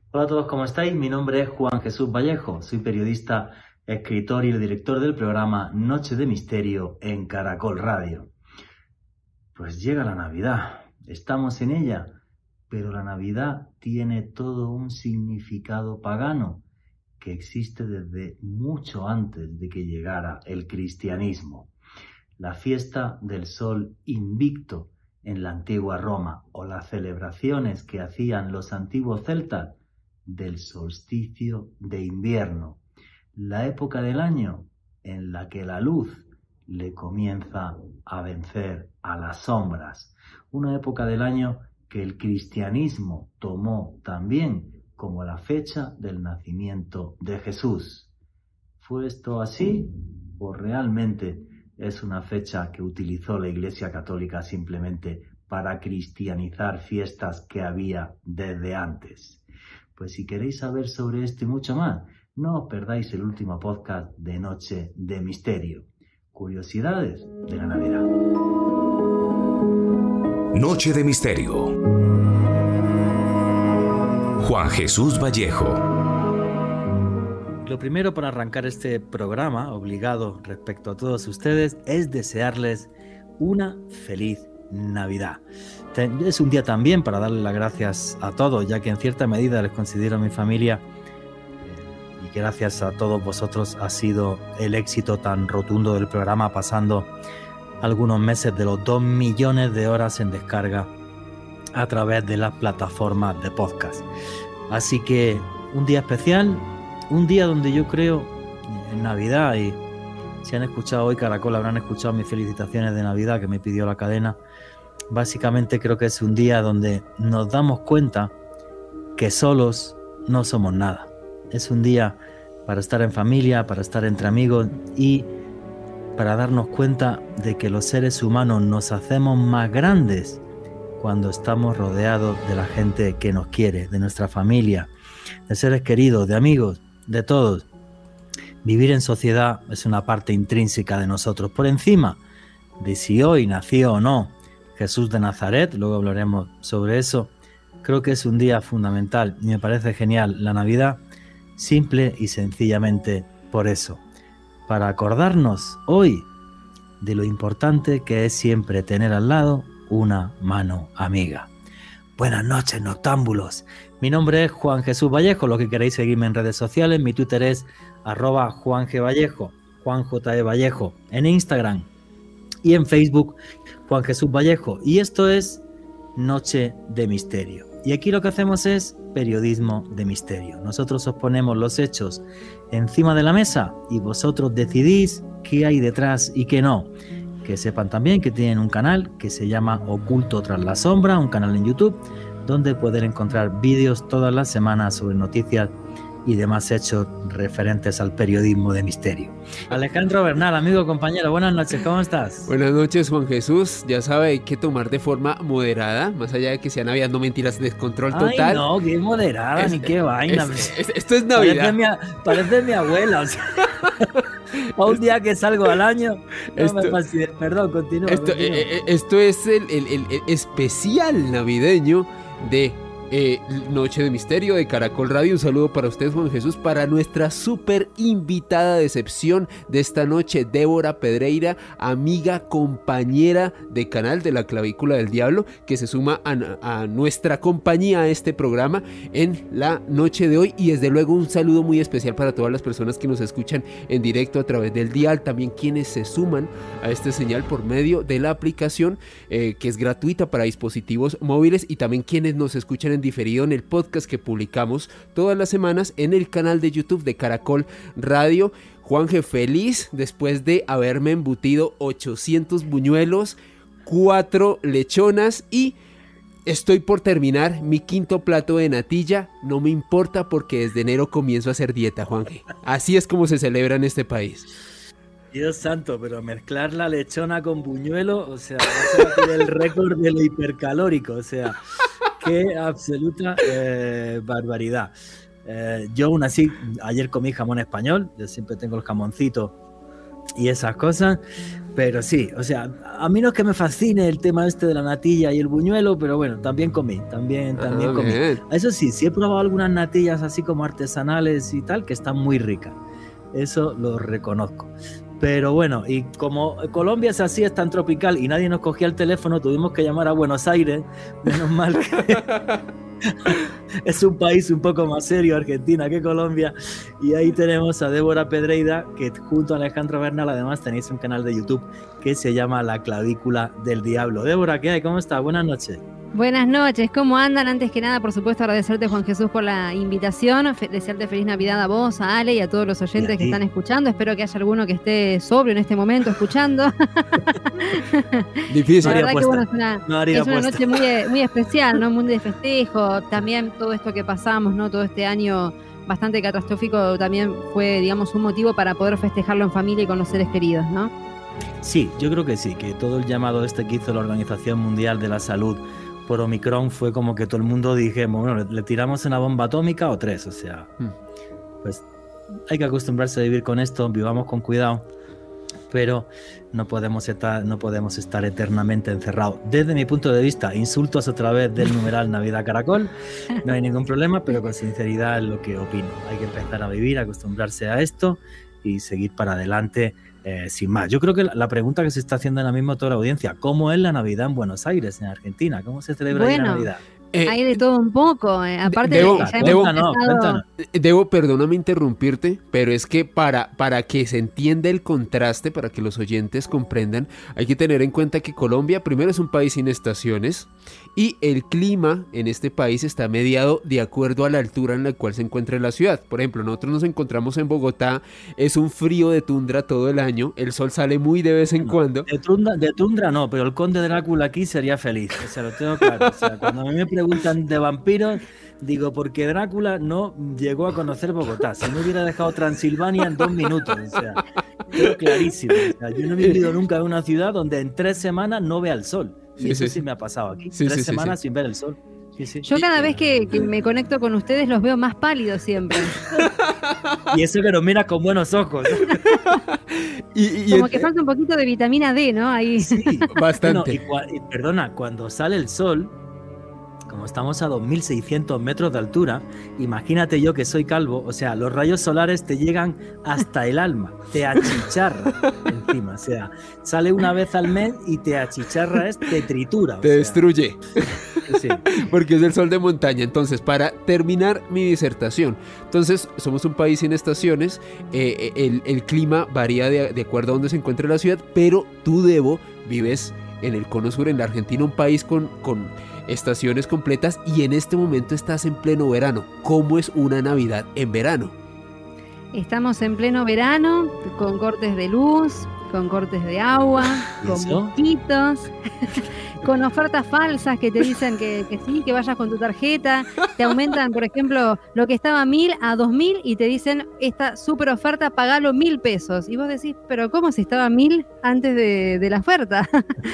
Hola a todos, ¿cómo estáis? Mi nombre es Juan Jesús Vallejo, soy periodista, escritor y el director del programa Noche de Misterio en Caracol Radio. Pues llega la Navidad, estamos en ella, pero la Navidad tiene todo un significado pagano que existe desde mucho antes de que llegara el cristianismo. La fiesta del sol invicto en la antigua Roma o las celebraciones que hacían los antiguos celtas del solsticio de invierno, la época del año en la que la luz le comienza a vencer a las sombras, una época del año que el cristianismo tomó también como la fecha del nacimiento de Jesús. ¿Fue esto así o realmente es una fecha que utilizó la Iglesia Católica simplemente para cristianizar fiestas que había desde antes? Pues si queréis saber sobre esto y mucho más, no os perdáis el último podcast de Noche de Misterio. Curiosidades de la Navidad. Noche de Misterio. Juan Jesús Vallejo. Lo primero para arrancar este programa, obligado respecto a todos ustedes, es desearles una feliz Navidad. Es un día también para darle las gracias a todos, ya que en cierta medida les considero a mi familia y gracias a todos vosotros ha sido el éxito tan rotundo del programa, pasando algunos meses de los 2 millones de horas en descarga a través de las plataformas de podcast. Así que un día especial, un día donde yo creo en Navidad, y si han escuchado hoy Caracol habrán escuchado mis felicitaciones de Navidad que me pidió la cadena. Básicamente creo que es un día donde nos damos cuenta que solos no somos nada. Es un día para estar en familia, para estar entre amigos y para darnos cuenta de que los seres humanos nos hacemos más grandes cuando estamos rodeados de la gente que nos quiere, de nuestra familia, de seres queridos, de amigos, de todos. Vivir en sociedad es una parte intrínseca de nosotros, por encima de si hoy nació o no Jesús de Nazaret, luego hablaremos sobre eso. Creo que es un día fundamental y me parece genial la Navidad, simple y sencillamente por eso, para acordarnos hoy de lo importante que es siempre tener al lado una mano amiga. Buenas noches, noctámbulos. Mi nombre es Juan Jesús Vallejo. Los que queréis seguirme en redes sociales, mi Twitter es @JuanGVallejo, Juan J. E. Vallejo, en Instagram y en Facebook, Juan Jesús Vallejo. Y esto es Noche de Misterio. Y aquí lo que hacemos es periodismo de misterio. Nosotros os ponemos los hechos encima de la mesa y vosotros decidís qué hay detrás y qué no. Que sepan también que tienen un canal que se llama Oculto tras la sombra, un canal en YouTube, donde pueden encontrar vídeos todas las semanas sobre noticias y demás hechos referentes al periodismo de misterio. Alejandro Bernal, amigo, compañero, buenas noches, ¿cómo estás? Buenas noches, Juan Jesús. Ya sabe, hay que tomar de forma moderada, más allá de que sea Navidad, no mentiras, descontrol total. Ay, no, qué moderada, ni qué vaina. Esto es Navidad. Parece mi abuela, o sea. A un día que salgo al año, no me fastidies. Perdón, continúa. Esto es el especial navideño de Noche de Misterio de Caracol Radio. Un saludo para usted, Juan Jesús, para nuestra súper invitada de excepción de esta noche, Débora Pedreira, amiga, compañera de canal de La Clavícula del Diablo, que se suma a nuestra compañía a este programa en la noche de hoy. Y desde luego un saludo muy especial para todas las personas que nos escuchan en directo a través del dial, también quienes se suman a este señal por medio de la aplicación que es gratuita para dispositivos móviles, y también quienes nos escuchan en diferido en el podcast que publicamos todas las semanas en el canal de YouTube de Caracol Radio. Juanje, feliz después de haberme embutido 800 buñuelos, 4 lechonas y estoy por terminar mi 5º plato de natilla. No me importa porque desde enero comienzo a hacer dieta, Juanje. Así es como se celebra en este país. Dios santo, pero mezclar la lechona con buñuelo, o sea, va a batir el récord de lo hipercalórico, o sea, qué absoluta barbaridad. Yo aún así, ayer comí jamón español, yo siempre tengo el jamoncito y esas cosas. Pero sí, o sea, a mí no es que me fascine el tema este de la natilla y el buñuelo, pero bueno, también comí, también comí. Bien. Eso sí, sí he probado algunas natillas así como artesanales y tal, que están muy ricas. Eso lo reconozco. Pero bueno, y como Colombia es así, es tan tropical y nadie nos cogía el teléfono, tuvimos que llamar a Buenos Aires. Menos mal que es un país un poco más serio, Argentina, que Colombia. Y ahí tenemos a Débora Pedreira, que junto a Alejandro Bernal además tenéis un canal de YouTube que se llama La Clavícula del Diablo. Débora, ¿qué hay? ¿Cómo estás? Buenas noches. Buenas noches, ¿cómo andan? Antes que nada, por supuesto, agradecerte, Juan Jesús, por la invitación, desearte feliz Navidad a vos, a Ale y a todos los oyentes que están escuchando. Espero que haya alguno que esté sobrio en este momento escuchando. Difícil. La verdad que bueno, es una noche muy especial, ¿no? Muy de festejo. También todo esto que pasamos, ¿no? Todo este año bastante catastrófico también fue, digamos, un motivo para poder festejarlo en familia y con los seres queridos, ¿no? Sí, yo creo que sí, que todo el llamado este que hizo la Organización Mundial de la Salud por Omicron fue como que todo el mundo dijimos, bueno, ¿le tiramos una bomba atómica o 3? O sea, pues hay que acostumbrarse a vivir con esto, vivamos con cuidado, pero no podemos estar eternamente encerrados. Desde mi punto de vista, insultos a través del numeral Navidad Caracol, no hay ningún problema, pero con sinceridad es lo que opino. Hay que empezar a vivir, acostumbrarse a esto y seguir para adelante. Sin más, yo creo que la pregunta que se está haciendo ahora mismo a toda la audiencia, ¿cómo es la Navidad en Buenos Aires, en Argentina? ¿Cómo se celebra ahí la Navidad? Hay de todo un poco, aparte Debo, de que ya cuéntanos. Debo, perdóname interrumpirte, pero es que para que se entienda el contraste, para que los oyentes comprendan, hay que tener en cuenta que Colombia primero es un país sin estaciones y el clima en este país está mediado de acuerdo a la altura en la cual se encuentra la ciudad. Por ejemplo, nosotros nos encontramos en Bogotá, es un frío de tundra todo el año, el sol sale muy de vez en cuando. De tundra no, pero el conde Drácula aquí sería feliz, o sea, lo tengo claro. O sea, cuando a mí me preguntan de vampiros, digo, porque Drácula no llegó a conocer Bogotá, si no hubiera dejado Transilvania en 2 minutos, o sea, tengo clarísimo. O sea, yo no he vivido nunca en una ciudad donde en 3 semanas no vea el sol. Y eso sí me ha pasado aquí. 3 semanas sin ver el sol. Sí. Yo cada vez que me conecto con ustedes los veo más pálidos siempre. Y eso que nos mira con buenos ojos. Como que falta un poquito de vitamina D, ¿no? Ahí. Sí, bastante. Bueno, y perdona, cuando sale el sol, como estamos a 2.600 metros de altura, imagínate yo que soy calvo, o sea, los rayos solares te llegan hasta el alma, te achicharra encima, o sea, sale una vez al mes y te achicharra, te tritura. Te destruye. Sí. Porque es el sol de montaña. Entonces, para terminar mi disertación, entonces, somos un país sin estaciones, el clima varía de acuerdo a donde se encuentre la ciudad, pero tú, Debo, vives en el cono sur, en la Argentina, un país con estaciones completas y en este momento estás en pleno verano. ¿Cómo es una Navidad en verano? Estamos en pleno verano, con cortes de luz, con cortes de agua, con mosquitos, con ofertas falsas que te dicen que sí, que vayas con tu tarjeta, te aumentan, por ejemplo, lo que estaba 1.000 a 2.000 y te dicen, esta súper oferta, pagalo 1.000 pesos. Y vos decís, pero ¿cómo si estaba 1.000 antes de la oferta?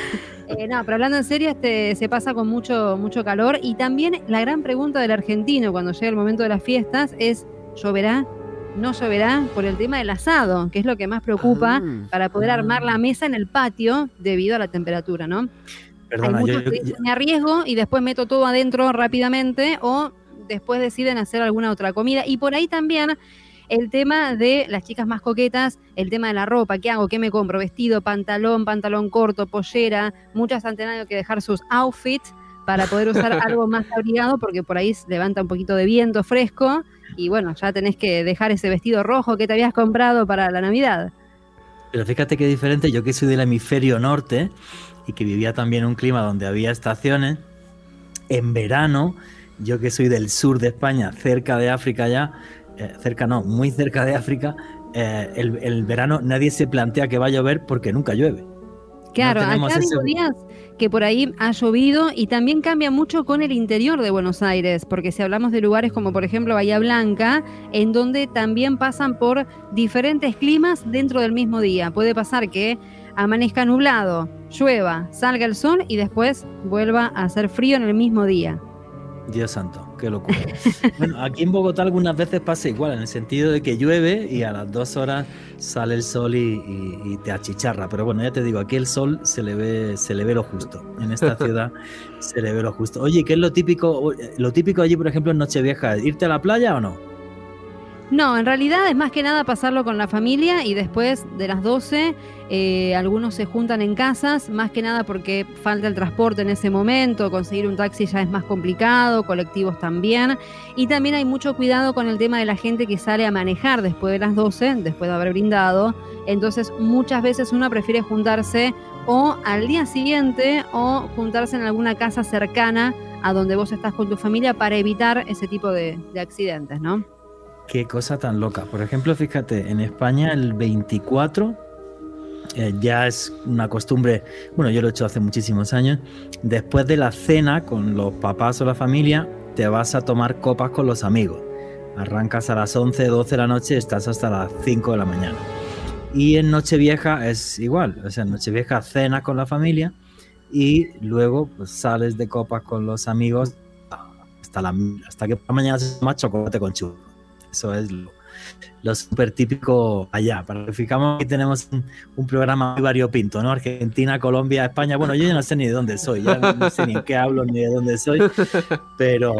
No, pero hablando en serio, se pasa con mucho calor. Y también la gran pregunta del argentino cuando llega el momento de las fiestas es, ¿lloverá? ¿No lloverá? Por el tema del asado, que es lo que más preocupa para poder armar la mesa en el patio debido a la temperatura, ¿no? Perdona, hay muchos que dicen, me arriesgo y después meto todo adentro rápidamente o después deciden hacer alguna otra comida. Y por ahí también el tema de las chicas más coquetas, el tema de la ropa, ¿qué hago? ¿Qué me compro? Vestido, pantalón corto, pollera. Muchas han tenido que dejar sus outfits para poder usar algo más abrigado porque por ahí levanta un poquito de viento fresco y bueno, ya tenés que dejar ese vestido rojo que te habías comprado para la Navidad. Pero fíjate qué diferente, yo que soy del hemisferio norte y que vivía también en un clima donde había estaciones, en verano, yo que soy del sur de España, cerca de África ya, muy cerca de África, el verano nadie se plantea que va a llover porque nunca llueve. Claro, acá digo días que por ahí ha llovido y también cambia mucho con el interior de Buenos Aires, porque si hablamos de lugares como por ejemplo Bahía Blanca, en donde también pasan por diferentes climas dentro del mismo día. Puede pasar que amanezca nublado, llueva, salga el sol y después vuelva a hacer frío en el mismo día. Dios santo, qué locura. Bueno, aquí en Bogotá algunas veces pasa igual, en el sentido de que llueve y a las 2 horas sale el sol y te achicharra. Pero bueno, ya te digo, aquí el sol se le ve lo justo. En esta ciudad se le ve lo justo. Oye, ¿qué es lo típico? Lo típico allí, por ejemplo, en Nochevieja, ¿irte a la playa o no? No, en realidad es más que nada pasarlo con la familia y después de las 12 algunos se juntan en casas, más que nada porque falta el transporte en ese momento, conseguir un taxi ya es más complicado, colectivos también, y también hay mucho cuidado con el tema de la gente que sale a manejar después de las 12, después de haber brindado, entonces muchas veces uno prefiere juntarse o al día siguiente o juntarse en alguna casa cercana a donde vos estás con tu familia para evitar ese tipo de accidentes, ¿no? Qué cosa tan loca. Por ejemplo, fíjate, en España el 24 ya es una costumbre, bueno, yo lo he hecho hace muchísimos años, después de la cena con los papás o la familia, te vas a tomar copas con los amigos. Arrancas a las 11, 12 de la noche y estás hasta las 5 de la mañana. Y en Nochevieja es igual, o sea, en Nochevieja cenas con la familia y luego pues, sales de copas con los amigos hasta que por la mañana se toma chocolate con churros. Eso es lo súper típico allá. Para que fijamos, aquí tenemos un programa muy variopinto, ¿no? Argentina, Colombia, España. Bueno, yo ya no sé ni de dónde soy, ya no sé ni en qué hablo ni de dónde soy, pero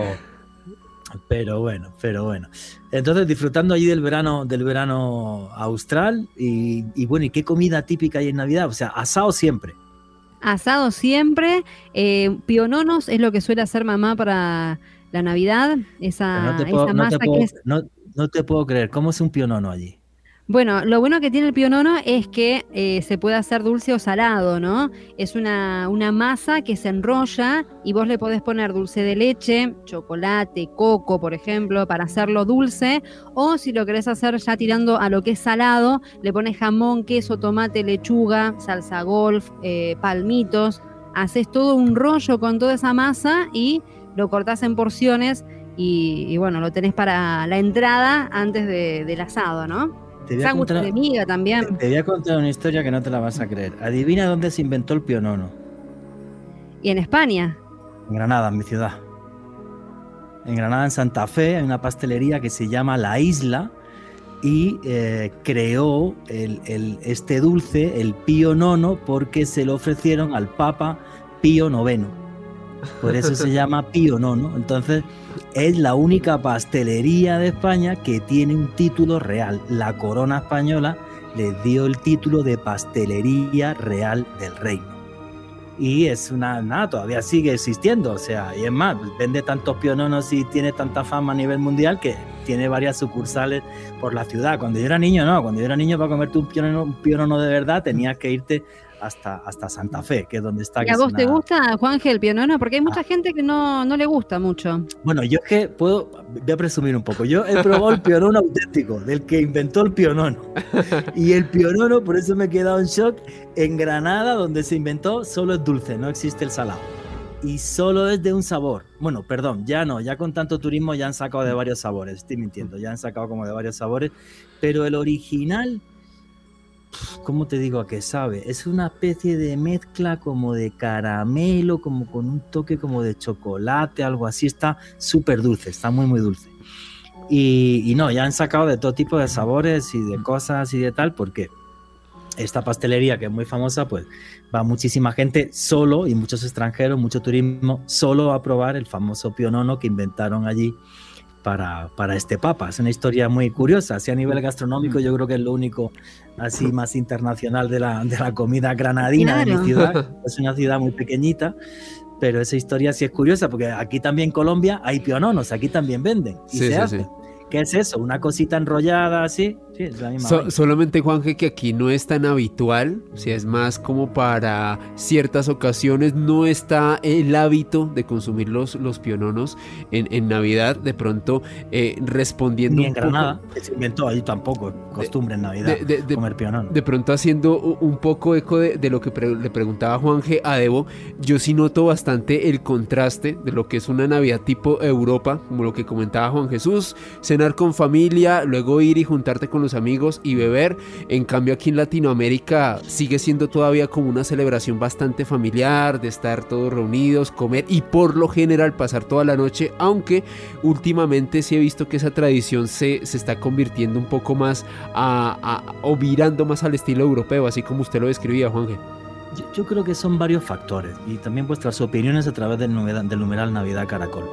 bueno. Entonces, disfrutando allí del verano austral y bueno, ¿y qué comida típica hay en Navidad? O sea, asado siempre. Asado siempre, piononos es lo que suele hacer mamá para la Navidad, esa masa que es... No te puedo creer, ¿cómo es un pionono allí? Bueno, lo bueno que tiene el pionono es que se puede hacer dulce o salado, ¿no? Es una masa que se enrolla y vos le podés poner dulce de leche, chocolate, coco, por ejemplo, para hacerlo dulce, o si lo querés hacer ya tirando a lo que es salado, le pones jamón, queso, tomate, lechuga, salsa golf, palmitos, haces todo un rollo con toda esa masa y lo cortás en porciones y bueno, lo tenés para la entrada antes del asado, ¿no? Sándwich de miga también. Te voy a contar una historia que no te la vas a creer. Adivina dónde se inventó el pionono. ¿Y en España? En Granada, en mi ciudad. En Granada, en Santa Fe, hay una pastelería que se llama La Isla y creó este dulce, el Pío IX, porque se lo ofrecieron al Papa Pío IX. Por eso se llama Pío IX. Entonces es la única pastelería de España que tiene un título real. La corona española les dio el título de Pastelería Real del Reino. Y es todavía sigue existiendo. O sea, y es más, vende tantos piononos y tiene tanta fama a nivel mundial que tiene varias sucursales por la ciudad. Cuando yo era niño, para comerte un pionono de verdad tenías que irte hasta Santa Fe, que es donde está. ¿Y a vos te gusta, Juanje, el pionono? Porque hay mucha gente que no le gusta mucho. Bueno, yo es que voy a presumir un poco. Yo he probado el pionono auténtico, del que inventó el pionono. Y el pionono, por eso me he quedado en shock, en Granada, donde se inventó, solo es dulce, no existe el salado. Y solo es de un sabor. Bueno, perdón, ya con tanto turismo ya han sacado de varios sabores, estoy mintiendo, ya han sacado como de varios sabores, pero el original... ¿Cómo te digo a qué sabe? Es una especie de mezcla como de caramelo, como con un toque como de chocolate, algo así. Está súper dulce, está muy muy dulce. Y ya han sacado de todo tipo de sabores y de cosas y de tal, porque esta pastelería que es muy famosa, pues va muchísima gente solo y muchos extranjeros, mucho turismo, solo a probar el famoso pionono que inventaron allí para este papa. Es una historia muy curiosa, así a nivel gastronómico yo creo que es lo único así más internacional de la comida granadina. Claro. De mi ciudad, es una ciudad muy pequeñita, pero esa historia sí es curiosa porque aquí también en Colombia hay piononos, aquí también venden y se hace. Sí. ¿Qué es eso? ¿Una cosita enrollada así? Sí, es la misma. Solamente, Juanje, que aquí no es tan habitual, o sea, es más como para ciertas ocasiones, no está el hábito de consumir los piononos en Navidad, de pronto respondiendo. Ni en Granada, que se inventó allí tampoco, costumbre en Navidad, comer pionono. De pronto haciendo un poco eco de lo que le preguntaba Juanje a Debo, yo sí noto bastante el contraste de lo que es una Navidad tipo Europa, como lo que comentaba Juan Jesús, cenar con familia, luego ir y juntarte con los los amigos y beber. En cambio aquí en Latinoamérica sigue siendo todavía como una celebración bastante familiar, de estar todos reunidos, comer y por lo general pasar toda la noche, aunque últimamente sí he visto que esa tradición se está convirtiendo un poco más o virando más al estilo europeo, así como usted lo describía, Juanje. Yo creo que son varios factores y también vuestras opiniones a través del numeral Navidad Caracol.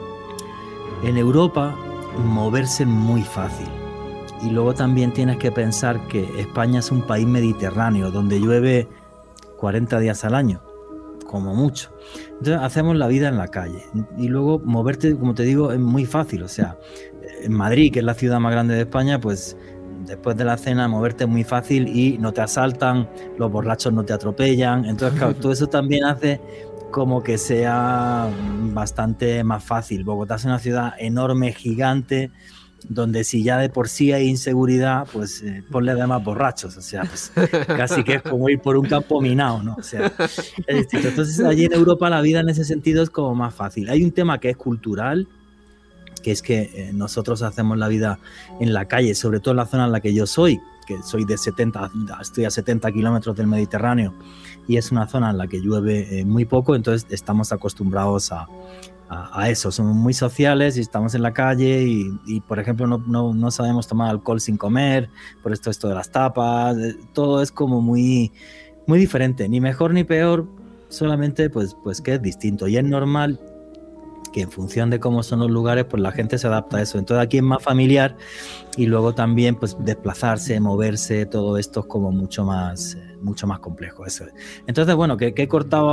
En Europa moverse es muy fácil y luego también tienes que pensar que España es un país mediterráneo donde llueve 40 días al año, como mucho. Entonces hacemos la vida en la calle y luego moverte, como te digo, es muy fácil. O sea, en Madrid, que es la ciudad más grande de España, pues después de la cena moverte es muy fácil y no te asaltan, los borrachos no te atropellan. Entonces, claro, todo eso también hace como que sea bastante más fácil. Bogotá es una ciudad enorme, gigante, donde si ya de por sí hay inseguridad, pues ponle además borrachos, o sea, pues casi que es como ir por un campo minado, ¿no? O sea, es distinto. Entonces allí en Europa la vida en ese sentido es como más fácil. Hay un tema que es cultural, que es que nosotros hacemos la vida en la calle, sobre todo en la zona en la que yo soy, que soy estoy a 70 kilómetros del Mediterráneo y es una zona en la que llueve muy poco, entonces estamos acostumbrados a eso, somos muy sociales y estamos en la calle y por ejemplo no sabemos tomar alcohol sin comer, por esto de las tapas, todo es como muy, muy diferente, ni mejor ni peor, solamente pues que es distinto y es normal que en función de cómo son los lugares, pues la gente se adapta a eso. Entonces aquí es más familiar y luego también pues desplazarse, moverse, todo esto es como mucho más complejo. Eso es. Entonces, bueno, que he cortado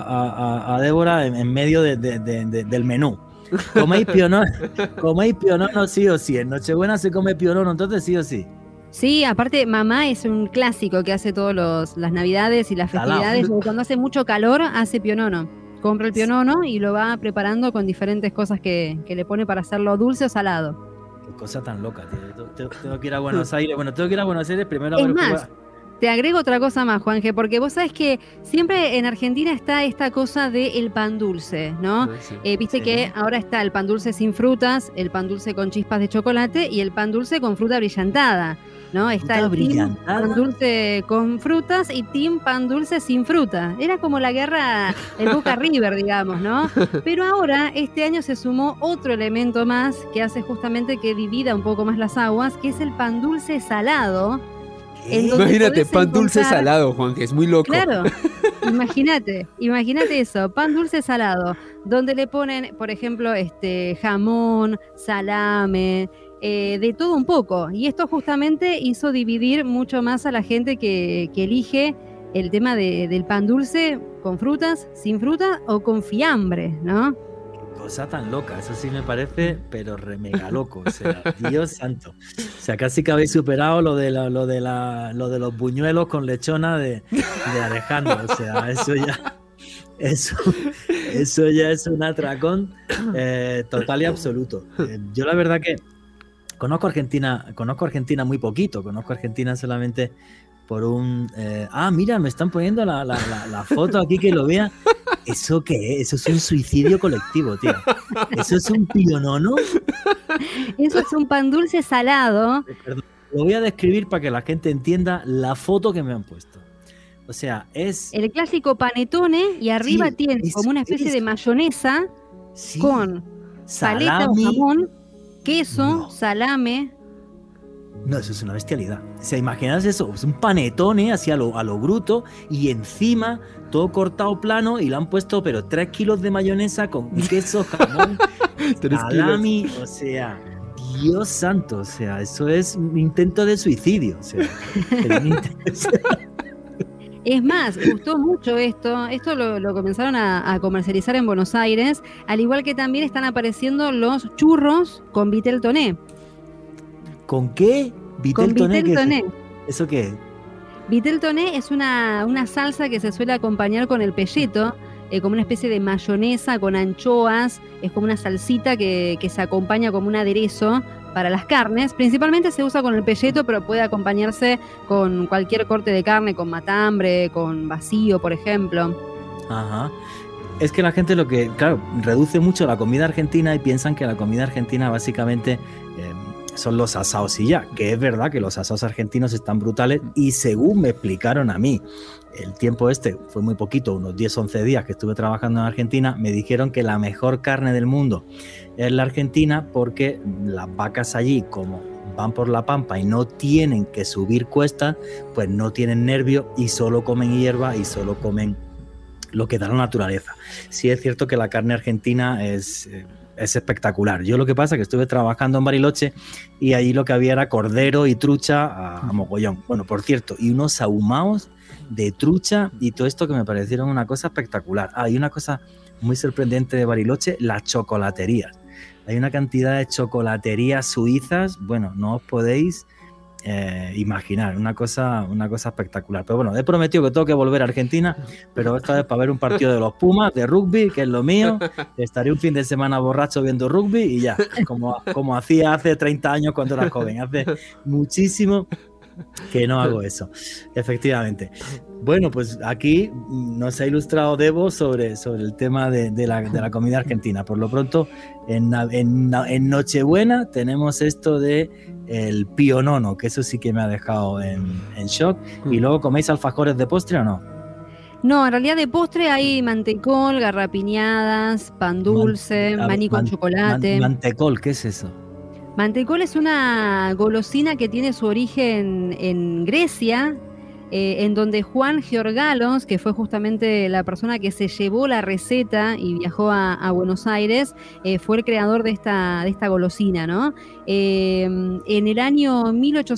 a Débora en medio del menú. ¿Coméis pionono sí o sí? En Nochebuena se come pionono, entonces sí o sí. Sí, aparte mamá es un clásico que hace todas las navidades y las festividades. Cuando hace mucho calor hace pionono. Compra el pionono y lo va preparando con diferentes cosas que le pone para hacerlo dulce o salado. Qué cosa tan loca, tío. Tengo que ir a Buenos Aires. Bueno, tengo que ir a Buenos Aires primero a ver. Es más, te agrego otra cosa más, Juanje, porque vos sabés que siempre en Argentina está esta cosa del pan dulce, ¿no? Sí. Viste que ahora está el pan dulce sin frutas, el pan dulce con chispas de chocolate y el pan dulce con fruta brillantada, ¿no? Está el team pan dulce con frutas y team pan dulce sin fruta. Era como la guerra, el Boca River, digamos, ¿no? Pero ahora, este año se sumó otro elemento más que hace justamente que divida un poco más las aguas, que es el pan dulce salado. Imagínate, pan dulce salado, Juan, que es muy loco. Claro, imagínate eso, pan dulce salado, donde le ponen, por ejemplo, jamón, salame, de todo un poco. Y esto justamente hizo dividir mucho más a la gente que elige el tema del pan dulce con frutas, sin fruta o con fiambre, ¿no? Cosa tan loca, eso sí me parece, pero mega loco, o sea, Dios santo. O sea, casi que habéis superado lo de los buñuelos con lechona de Alejandro, o sea, eso ya es un atracón total y absoluto. Yo la verdad que conozco Argentina muy poquito, conozco Argentina solamente por un... mira, me están poniendo la foto aquí que lo vea. ¿Eso qué es? Eso es un suicidio colectivo, tío. ¿Eso es un pionono? Eso es un pan dulce salado. Perdón, lo voy a describir para que la gente entienda la foto que me han puesto. O sea, es... el clásico panetone y arriba tiene como una especie de mayonesa con paleta o jamón, queso, salame... No, eso es una bestialidad. O sea, imaginas eso, es un panetone así a lo bruto y encima todo cortado plano y le han puesto pero 3 kilos de mayonesa con queso, jamón, salami, o sea, Dios santo, o sea, eso es un intento de suicidio, o sea, Es más, gustó mucho esto lo comenzaron a comercializar en Buenos Aires, al igual que también están apareciendo los churros con vitel toné. ¿Con qué? Vitel toné. ¿Eso qué es? Vitel toné es una salsa que se suele acompañar con el pelleto, como una especie de mayonesa con anchoas, es como una salsita que se acompaña como un aderezo para las carnes. Principalmente se usa con el pelleto, pero puede acompañarse con cualquier corte de carne, con matambre, con vacío, por ejemplo. Ajá. Es que la gente claro, reduce mucho la comida argentina y piensan que la comida argentina básicamente son los asaos y ya, que es verdad que los asaos argentinos están brutales y según me explicaron a mí, el tiempo fue muy poquito, unos 10-11 días que estuve trabajando en Argentina, me dijeron que la mejor carne del mundo es la argentina porque las vacas allí, como van por la pampa y no tienen que subir cuestas, pues no tienen nervios y solo comen hierba y solo comen lo que da la naturaleza. Sí es cierto que la carne argentina es espectacular. Yo lo que pasa es que estuve trabajando en Bariloche y allí lo que había era cordero y trucha a mogollón. Bueno, por cierto, y unos ahumados de trucha y todo esto que me parecieron una cosa espectacular. Hay una cosa muy sorprendente de Bariloche, las chocolaterías. Hay una cantidad de chocolaterías suizas, bueno, no os podéis imaginar, una cosa espectacular. Pero bueno, he prometido que tengo que volver a Argentina, pero esta vez para ver un partido de los Pumas, de rugby, que es lo mío. Estaré un fin de semana borracho viendo rugby y ya, como hacía hace 30 años cuando era joven. Hace muchísimo que no hago eso, efectivamente. Bueno, pues aquí nos ha ilustrado Debo sobre el tema de la comida argentina. Por lo pronto, en Nochebuena tenemos esto de el pionono, que eso sí que me ha dejado en shock. ¿Y luego coméis alfajores de postre o no? No, en realidad de postre hay mantecol, garrapiñadas, pan dulce, maní con chocolate. Mantecol, ¿qué es eso? Mantecol es una golosina que tiene su origen en Grecia, en donde Juan Georgalos, que fue justamente la persona que se llevó la receta y viajó a Buenos Aires, fue el creador de esta golosina, ¿no? En el año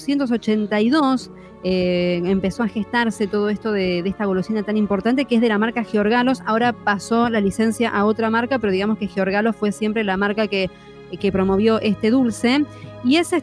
1882 empezó a gestarse todo esto de esta golosina tan importante, que es de la marca Georgalos. Ahora pasó la licencia a otra marca, pero digamos que Georgalos fue siempre la marca que promovió este dulce, y es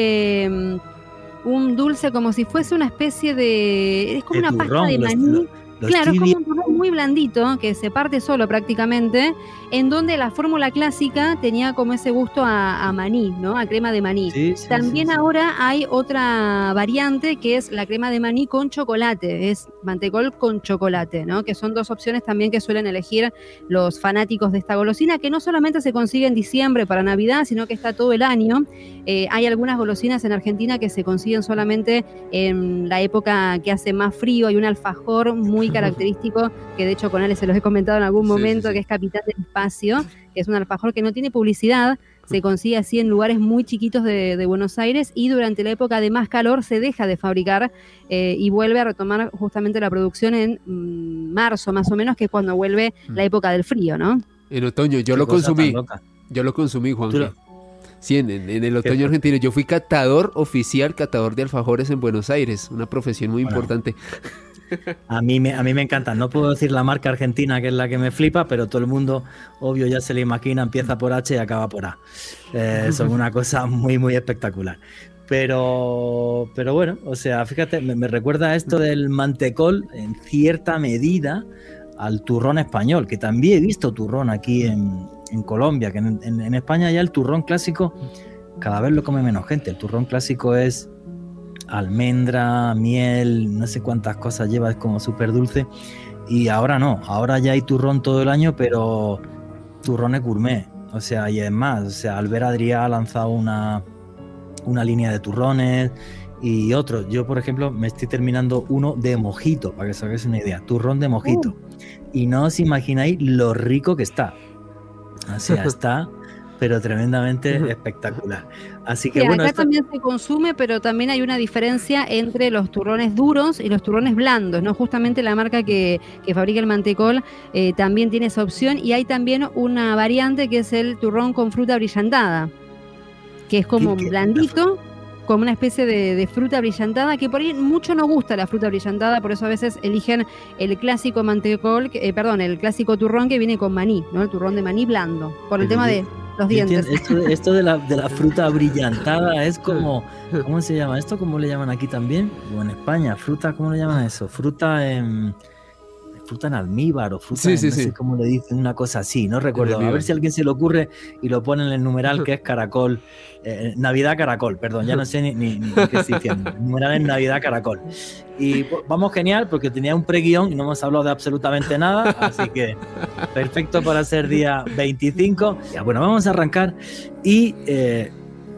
un dulce como si fuese una especie de... es como una pasta de maní. Claro, es como un turrón muy blandito, que se parte solo prácticamente, en donde la fórmula clásica tenía como ese gusto a maní, ¿no? A crema de maní. Sí, también ahora hay otra variante que es la crema de maní con chocolate, es mantecol con chocolate, ¿no? Que son dos opciones también que suelen elegir los fanáticos de esta golosina, que no solamente se consigue en diciembre para Navidad, sino que está todo el año. Hay algunas golosinas en Argentina que se consiguen solamente en la época que hace más frío. Hay un alfajor muy característico, que de hecho con Ale se los he comentado en algún momento, que es Capitán del Espacio, que es un alfajor que no tiene publicidad, se consigue así en lugares muy chiquitos de Buenos Aires, y durante la época de más calor se deja de fabricar y vuelve a retomar justamente la producción en marzo más o menos, que es cuando vuelve la época del frío, ¿no? En otoño, yo lo consumí, Juan. Sí, en el otoño argentino. Yo fui catador de alfajores en Buenos Aires, una profesión muy importante. A mí me encanta. No puedo decir la marca argentina, que es la que me flipa, pero todo el mundo, obvio, ya se le imagina, empieza por H y acaba por A. Son una cosa muy, muy espectacular. Pero bueno, o sea, fíjate, me recuerda a esto del mantecol en cierta medida al turrón español, que también he visto turrón aquí en Colombia, que en España ya el turrón clásico cada vez lo come menos gente. El turrón clásico es almendra, miel, no sé cuántas cosas lleva, es como súper dulce. Y ahora no, ahora ya hay turrón todo el año, pero turrones gourmet. O sea, y es más, o sea, Albert Adrià ha lanzado una línea de turrones y otros. Yo, por ejemplo, me estoy terminando uno de mojito, para que os hagáis una idea, turrón de mojito. Y no os imagináis lo rico que está. O sea, está pero tremendamente espectacular. Así que bueno, acá también se consume, pero también hay una diferencia entre los turrones duros y los turrones blandos, ¿no? Justamente la marca que fabrica el mantecol también tiene esa opción, y hay también una variante que es el turrón con fruta brillantada, que es como blandito, como una especie de fruta brillantada, que por ahí mucho no gusta la fruta brillantada, por eso a veces eligen el clásico mantecol, el clásico turrón que viene con maní, ¿no? El turrón de maní blando, por el tema de los dientes. Esto de la fruta brillantada es como, ¿cómo se llama esto? ¿Cómo le llaman aquí también? O en España, fruta, ¿cómo le llaman eso? Fruta en almíbar o fruta no sé cómo le dicen, una cosa así, no recuerdo. A ver si a alguien se le ocurre y lo pone en el numeral, que es caracol, Navidad Caracol, perdón, ya no sé ni qué estoy diciendo. Numeral en Navidad Caracol. Y vamos genial, porque tenía un preguión y no hemos hablado de absolutamente nada, así que perfecto para ser día 25. Ya, bueno, vamos a arrancar y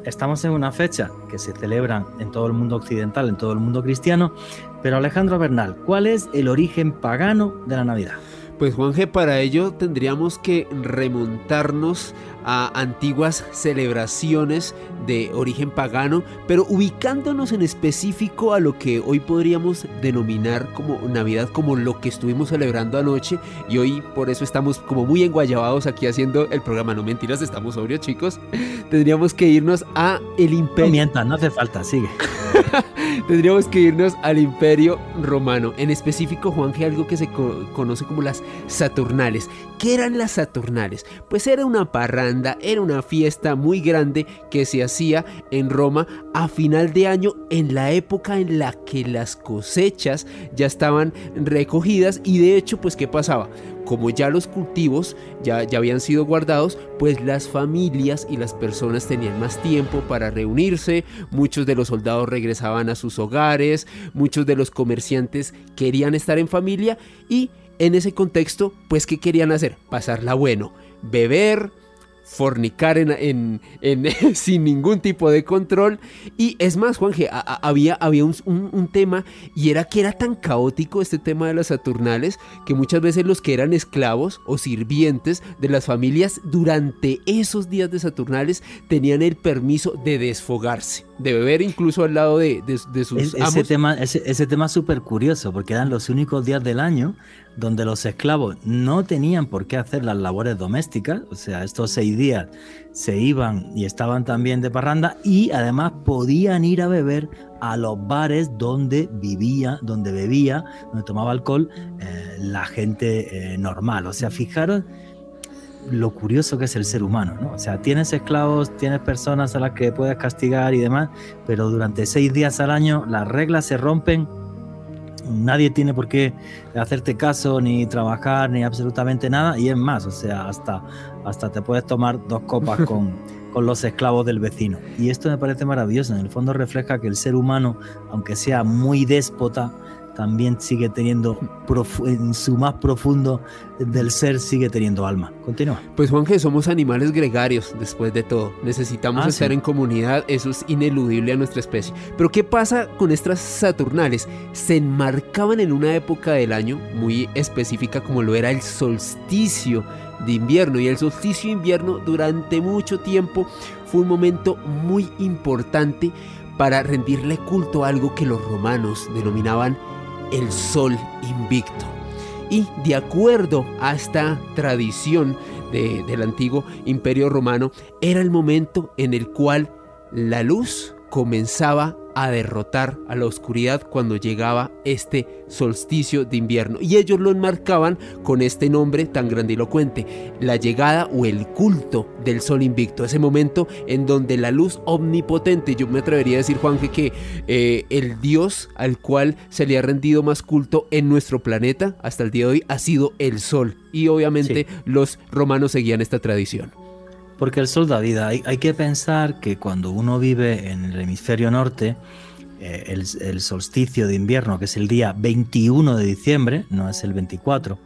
estamos en una fecha que se celebra en todo el mundo occidental, en todo el mundo cristiano, pero Alejandro Bernal, ¿cuál es el origen pagano de la Navidad? Pues Juanje, para ello tendríamos que remontarnos a antiguas celebraciones de origen pagano, pero ubicándonos en específico a lo que hoy podríamos denominar como Navidad, como lo que estuvimos celebrando anoche, y hoy por eso estamos como muy enguayabados aquí haciendo el programa. No mentiras, estamos sobrios, chicos. Tendríamos que irnos a el Imperio. No mientas, no hace falta, sigue. Tendríamos que irnos al Imperio Romano, en específico, Juanje, algo que se conoce como las Saturnales. ¿Qué eran las Saturnales? Pues era una parranda, era una fiesta muy grande que se hacía en Roma a final de año, en la época en la que las cosechas ya estaban recogidas. Y de hecho, pues ¿qué pasaba? Como ya los cultivos ya habían sido guardados, pues las familias y las personas tenían más tiempo para reunirse, muchos de los soldados regresaban a sus hogares, muchos de los comerciantes querían estar en familia y en ese contexto, pues ¿qué querían hacer? Pasarla bueno, beber, fornicar sin ningún tipo de control. Y es más, Juanje, había un tema, y era que era tan caótico este tema de las Saturnales, que muchas veces los que eran esclavos o sirvientes de las familias durante esos días de Saturnales tenían el permiso de desfogarse, de beber incluso al lado de sus amos. Ese tema es súper curioso, porque eran los únicos días del año donde los esclavos no tenían por qué hacer las labores domésticas. O sea, estos 6 días se iban y estaban también de parranda, y además podían ir a beber a los bares donde bebía, donde tomaba alcohol la gente normal. O sea, fijaros lo curioso que es el ser humano, ¿no? O sea, tienes esclavos, tienes personas a las que puedes castigar y demás, pero durante 6 días al año las reglas se rompen. Nadie tiene por qué hacerte caso, ni trabajar, ni absolutamente nada. Y es más, o sea, hasta te puedes tomar 2 copas con los esclavos del vecino. Y esto me parece maravilloso. En el fondo refleja que el ser humano, aunque sea muy déspota, también sigue teniendo, en su más profundo del ser, sigue teniendo alma. Continúa. Pues Juanje, somos animales gregarios, después de todo. Necesitamos estar en comunidad, eso es ineludible a nuestra especie. Pero ¿qué pasa con estas Saturnales? Se enmarcaban en una época del año muy específica, como lo era el solsticio de invierno. Y el solsticio de invierno durante mucho tiempo fue un momento muy importante para rendirle culto a algo que los romanos denominaban el sol invicto. Y de acuerdo a esta tradición del antiguo Imperio Romano, era el momento en el cual la luz comenzaba a derrotar a la oscuridad cuando llegaba este solsticio de invierno, y ellos lo enmarcaban con este nombre tan grandilocuente: la llegada o el culto del sol invicto, ese momento en donde la luz omnipotente, yo me atrevería a decir, Juanje, que el dios al cual se le ha rendido más culto en nuestro planeta hasta el día de hoy ha sido el sol, y obviamente los romanos seguían esta tradición. Porque el sol da vida. Hay que pensar que cuando uno vive en el hemisferio norte, el solsticio de invierno, que es el día 21 de diciembre, no es el 24,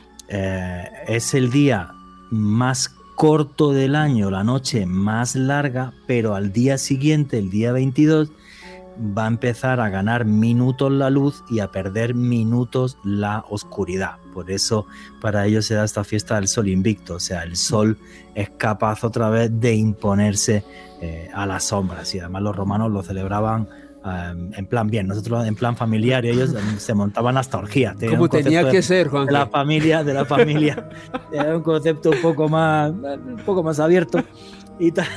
es el día más corto del año, la noche más larga, pero al día siguiente, el día 22, va a empezar a ganar minutos la luz y a perder minutos la oscuridad. Por eso para ellos se da esta fiesta del sol invicto. O sea, el sol es capaz otra vez de imponerse a las sombras, y además los romanos lo celebraban en plan bien, nosotros en plan familiar, y ellos se montaban hasta orgías. Como tenía que ser, Juan. De la familia, era un concepto un poco más abierto y tal.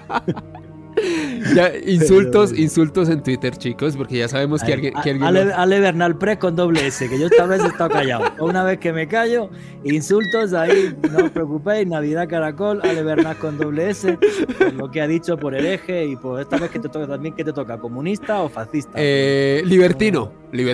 Ya, insultos en Twitter, chicos, porque ya sabemos que alguien... Ale Bernal Press con doble S, que yo esta vez he estado callado. Una vez que me callo, insultos ahí, no os preocupéis, Navidad Caracol, Ale Bernal con doble S, por lo que ha dicho, por hereje, y por esta vez que te toca también, ¿qué te toca? ¿Comunista o fascista? Libertino,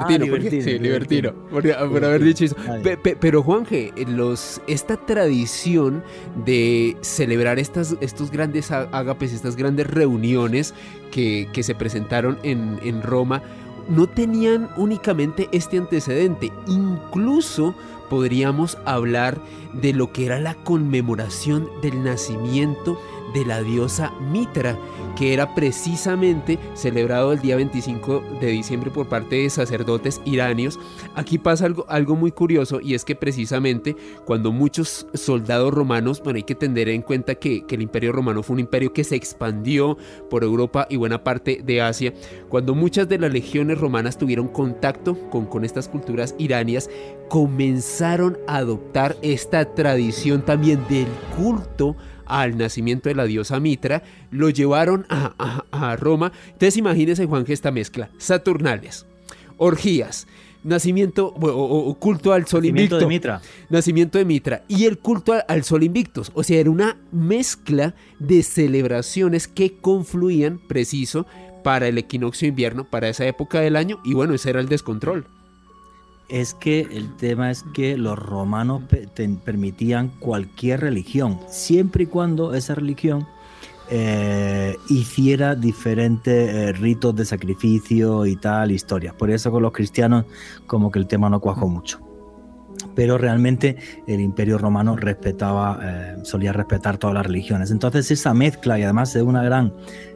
por haber dicho eso. Pero Juanje, esta tradición de celebrar estos grandes ágapes, estas grandes reuniones que se presentaron en Roma, no tenían únicamente este antecedente. Incluso podríamos hablar de lo que era la conmemoración del nacimiento de la diosa Mitra, que era precisamente celebrado el día 25 de diciembre por parte de sacerdotes iranios. Aquí pasa algo muy curioso, y es que precisamente cuando muchos soldados romanos, bueno, hay que tener en cuenta que el Imperio Romano fue un imperio que se expandió por Europa y buena parte de Asia, cuando muchas de las legiones romanas tuvieron contacto con estas culturas iranias, comenzaron a adoptar esta tradición también del culto al nacimiento de la diosa Mitra, lo llevaron a Roma. Entonces imagínense, Juanje, esta mezcla: Saturnales, orgías, nacimiento o culto al sol invicto, nacimiento de Mitra y el culto al sol invictus. O sea, era una mezcla de celebraciones que confluían preciso para el equinoccio de invierno, para esa época del año, y bueno, ese era el descontrol. Es que el tema es que los romanos permitían cualquier religión, siempre y cuando esa religión hiciera diferentes ritos de sacrificio y tal, historias. Por eso con los cristianos como que el tema no cuajó mucho. Pero realmente el Imperio Romano solía respetar todas las religiones. Entonces esa mezcla, y además en una gran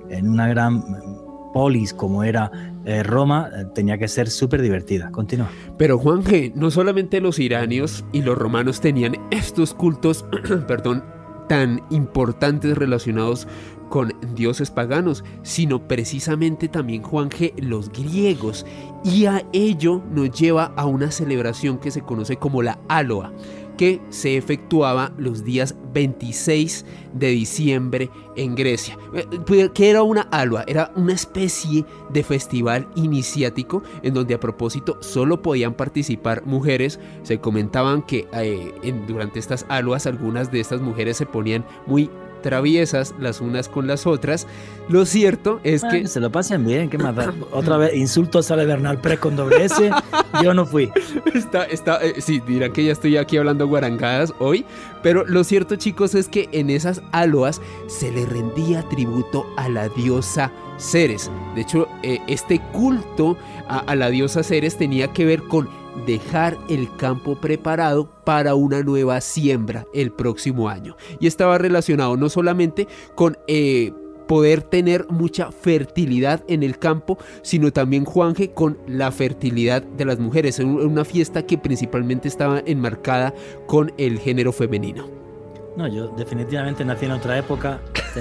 polis como era Roma, tenía que ser súper divertida. Continúa. Pero Juanje, no solamente los iranios y los romanos tenían estos cultos tan importantes relacionados con dioses paganos, sino precisamente también, Juanje, los griegos. Y a ello nos lleva a una celebración que se conoce como la Aloa, que se efectuaba los días 26 de diciembre en Grecia. ¿Qué era una Aloa? Era una especie de festival iniciático en donde, a propósito, solo podían participar mujeres. Se comentaban que durante estas Aloas algunas de estas mujeres se ponían muy traviesas las unas con las otras. Lo cierto es que se lo pasen bien, ¿qué más da? Otra vez, insultos a Bernal Press con doble S. Yo no fui. Sí, dirán que ya estoy aquí hablando guarangadas hoy, pero lo cierto, chicos, es que en esas Aloas se le rendía tributo a la diosa Ceres. De hecho, este culto a la diosa Ceres tenía que ver con dejar el campo preparado para una nueva siembra el próximo año, y estaba relacionado no solamente con poder tener mucha fertilidad en el campo, sino también, Juanje, con la fertilidad de las mujeres. En una fiesta que principalmente estaba enmarcada con el género femenino. No, yo definitivamente nací en otra época.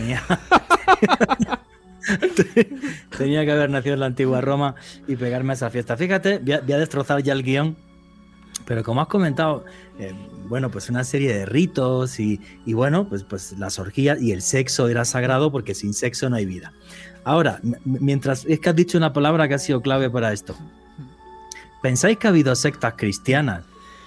Tenía que haber nacido en la antigua Roma y pegarme a esa fiesta. Fíjate, voy a destrozar ya el guión, pero como has comentado, bueno, pues una serie de ritos y bueno, pues las orgías y el sexo era sagrado, porque sin sexo no hay vida. Ahora, mientras es que has dicho una palabra que ha sido clave para esto. ¿Pensáis que ha habido sectas cristianas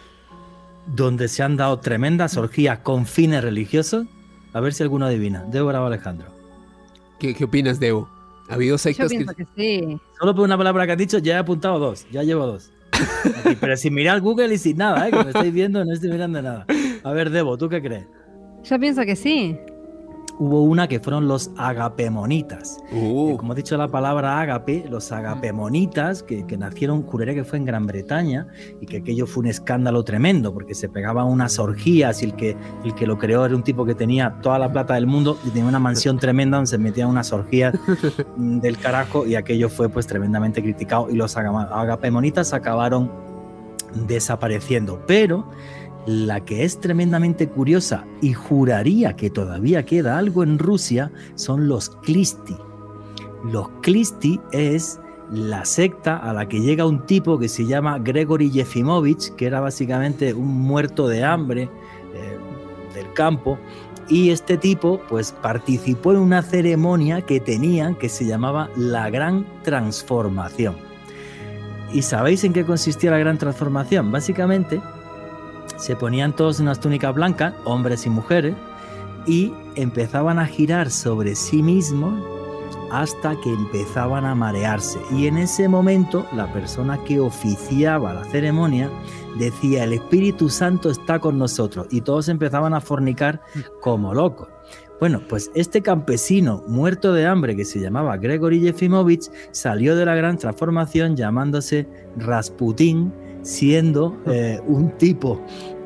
donde se han dado tremendas orgías con fines religiosos? A ver si alguno adivina. Débora o Alejandro. ¿Qué opinas, Debo? ¿Ha habido sectas? Yo pienso que sí. Solo por una palabra que has dicho ya he apuntado 2. Ya llevo 2. Aquí, pero sin mirar Google y sin nada, que me estáis viendo, no estoy mirando nada. A ver, Debo, ¿tú qué crees? Yo pienso que sí. Hubo una que fueron los agapemonitas. Como he dicho la palabra ágape, los agapemonitas, que nacieron, juraré que fue en Gran Bretaña, y que aquello fue un escándalo tremendo, porque se pegaban unas orgías, y el que lo creó era un tipo que tenía toda la plata del mundo y tenía una mansión tremenda donde se metían unas orgías del carajo, y aquello fue pues tremendamente criticado, y los agapemonitas acabaron desapareciendo. Pero la que es tremendamente curiosa, y juraría que todavía queda algo en Rusia, son los Klisti. Los Klisti es la secta a la que llega un tipo que se llama Gregory Yefimovich, que era básicamente un muerto de hambre del campo, y este tipo pues participó en una ceremonia que tenían que se llamaba la Gran Transformación. ¿Y sabéis en qué consistía la Gran Transformación? Básicamente se ponían todos unas túnicas blancas, hombres y mujeres, y empezaban a girar sobre sí mismos hasta que empezaban a marearse. Y en ese momento la persona que oficiaba la ceremonia decía: el Espíritu Santo está con nosotros, y todos empezaban a fornicar como locos. Bueno, pues este campesino muerto de hambre, que se llamaba Gregory Yefimovich, salió de la Gran Transformación llamándose Rasputín, siendo un tipo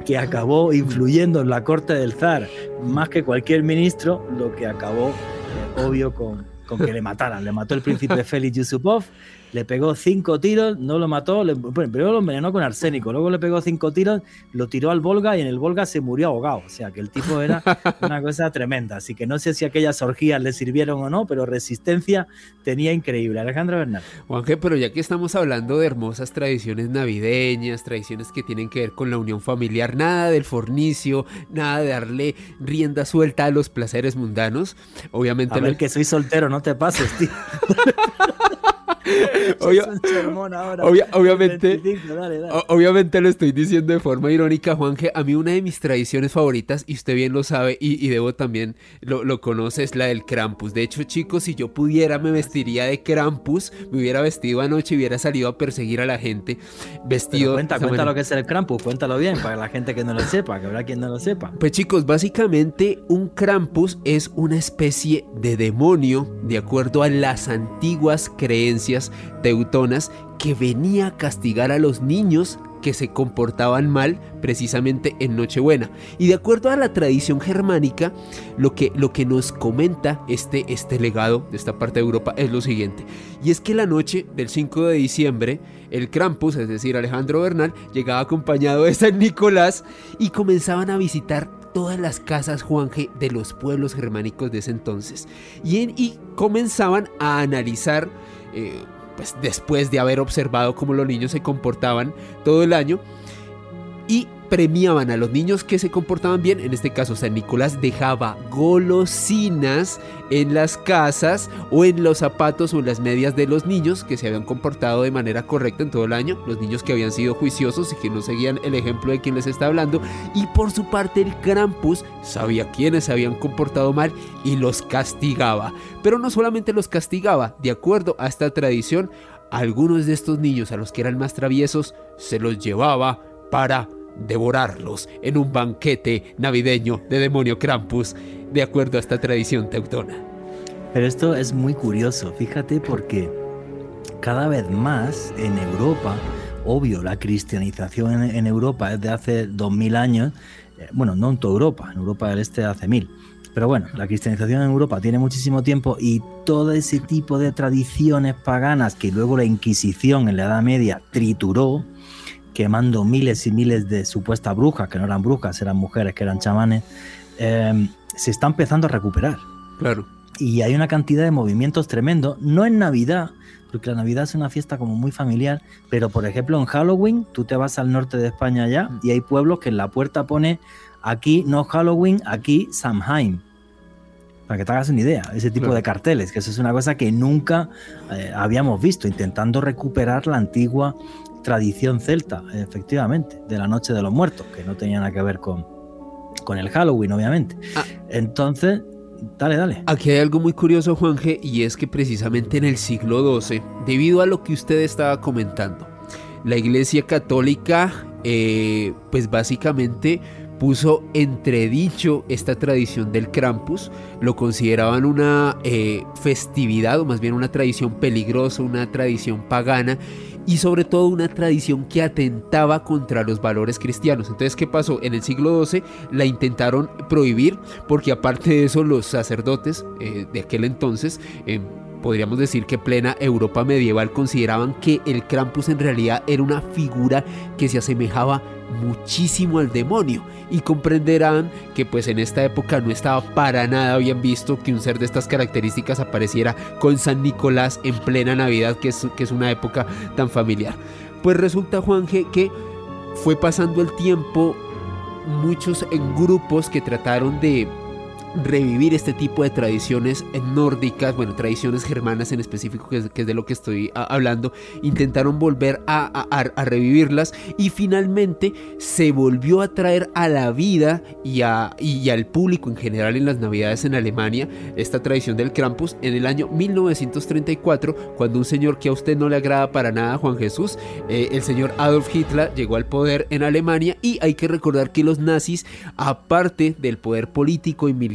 que acabó influyendo en la corte del zar más que cualquier ministro, lo que acabó, obvio, con que le mataran. Le mató el príncipe Félix Yusupov, le pegó 5 tiros, no lo mató, primero lo envenenó con arsénico, luego le pegó 5 tiros, lo tiró al Volga y en el Volga se murió ahogado. O sea que el tipo era una cosa tremenda. Así que no sé si aquellas orgías le sirvieron o no, pero resistencia tenía increíble. Alejandro Bernal. Juanje, pero ya que estamos hablando de hermosas tradiciones navideñas, tradiciones que tienen que ver con la unión familiar, nada del fornicio, nada de darle rienda suelta a los placeres mundanos. Obviamente. A ver, que soy soltero, no te pases, tío. Obviamente lo estoy diciendo de forma irónica, Juanje. A mí una de mis tradiciones favoritas, y usted bien lo sabe, y Debo también lo conoce, es la del Krampus. De hecho, chicos, si yo pudiera me vestiría de Krampus, me hubiera vestido anoche y hubiera salido a perseguir a la gente vestido. Cuenta lo que es el Krampus, cuéntalo bien para la gente que no lo sepa, que habrá quien no lo sepa. Pues chicos, básicamente un Krampus es una especie de demonio, de acuerdo a las antiguas creencias teutonas, que venía a castigar a los niños que se comportaban mal precisamente en Nochebuena. Y de acuerdo a la tradición germánica, lo que nos comenta este legado de esta parte de Europa es lo siguiente, y es que la noche del 5 de diciembre el Krampus, es decir, Alejandro Bernal, llegaba acompañado de San Nicolás y comenzaban a visitar todas las casas, Juanje, de los pueblos germánicos de ese entonces, y comenzaban a analizar pues después de haber observado cómo los niños se comportaban todo el año, y premiaban a los niños que se comportaban bien. En este caso, San Nicolás dejaba golosinas en las casas o en los zapatos o en las medias de los niños que se habían comportado de manera correcta en todo el año, los niños que habían sido juiciosos y que no seguían el ejemplo de quien les está hablando. Y por su parte el Krampus sabía quiénes se habían comportado mal y los castigaba. Pero no solamente los castigaba, de acuerdo a esta tradición, algunos de estos niños, a los que eran más traviesos, se los llevaba para devorarlos en un banquete navideño de demonio Krampus, de acuerdo a esta tradición teutona. Pero esto es muy curioso, fíjate, porque cada vez más en Europa, obvio, la cristianización en Europa es de hace 2000 años, bueno, no en toda Europa, en Europa del Este hace 1000, pero bueno, la cristianización en Europa tiene muchísimo tiempo, y todo ese tipo de tradiciones paganas que luego la Inquisición en la Edad Media trituró, quemando miles y miles de supuestas brujas, que no eran brujas, eran mujeres que eran chamanes, se está empezando a recuperar. Claro. Y hay una cantidad de movimientos tremendos, no en Navidad, porque la Navidad es una fiesta como muy familiar, pero por ejemplo en Halloween, tú te vas al norte de España ya, y hay pueblos que en la puerta pone aquí no Halloween, aquí Samhain. Para que te hagas una idea, ese tipo de carteles, que eso es una cosa que nunca habíamos visto, intentando recuperar la antigua tradición celta, efectivamente, de la Noche de los Muertos, que no tenía nada que ver con el Halloween, obviamente. Entonces, dale. Aquí hay algo muy curioso, Juanje, y es que precisamente en el siglo XII, debido a lo que usted estaba comentando, la Iglesia Católica, pues básicamente puso entredicho esta tradición del Krampus, lo consideraban una festividad, o más bien una tradición peligrosa, una tradición pagana, y sobre todo una tradición que atentaba contra los valores cristianos. Entonces, ¿qué pasó? En el siglo XII la intentaron prohibir, porque aparte de eso los sacerdotes de aquel entonces, podríamos decir que plena Europa medieval, consideraban que el Krampus en realidad era una figura que se asemejaba muchísimo al demonio, y comprenderán que pues en esta época no estaba para nada bien visto que un ser de estas características apareciera con San Nicolás en plena Navidad, que es una época tan familiar. Pues resulta, Juanje, que fue pasando el tiempo, muchos en grupos que trataron de revivir este tipo de tradiciones nórdicas, bueno, tradiciones germanas en específico, que es de lo que estoy hablando, intentaron volver a revivirlas, y finalmente se volvió a traer a la vida y al público en general en las Navidades en Alemania esta tradición del Krampus en el año 1934, cuando un señor que a usted no le agrada para nada, Juan Jesús, el señor Adolf Hitler, llegó al poder en Alemania, y hay que recordar que los nazis, aparte del poder político y militar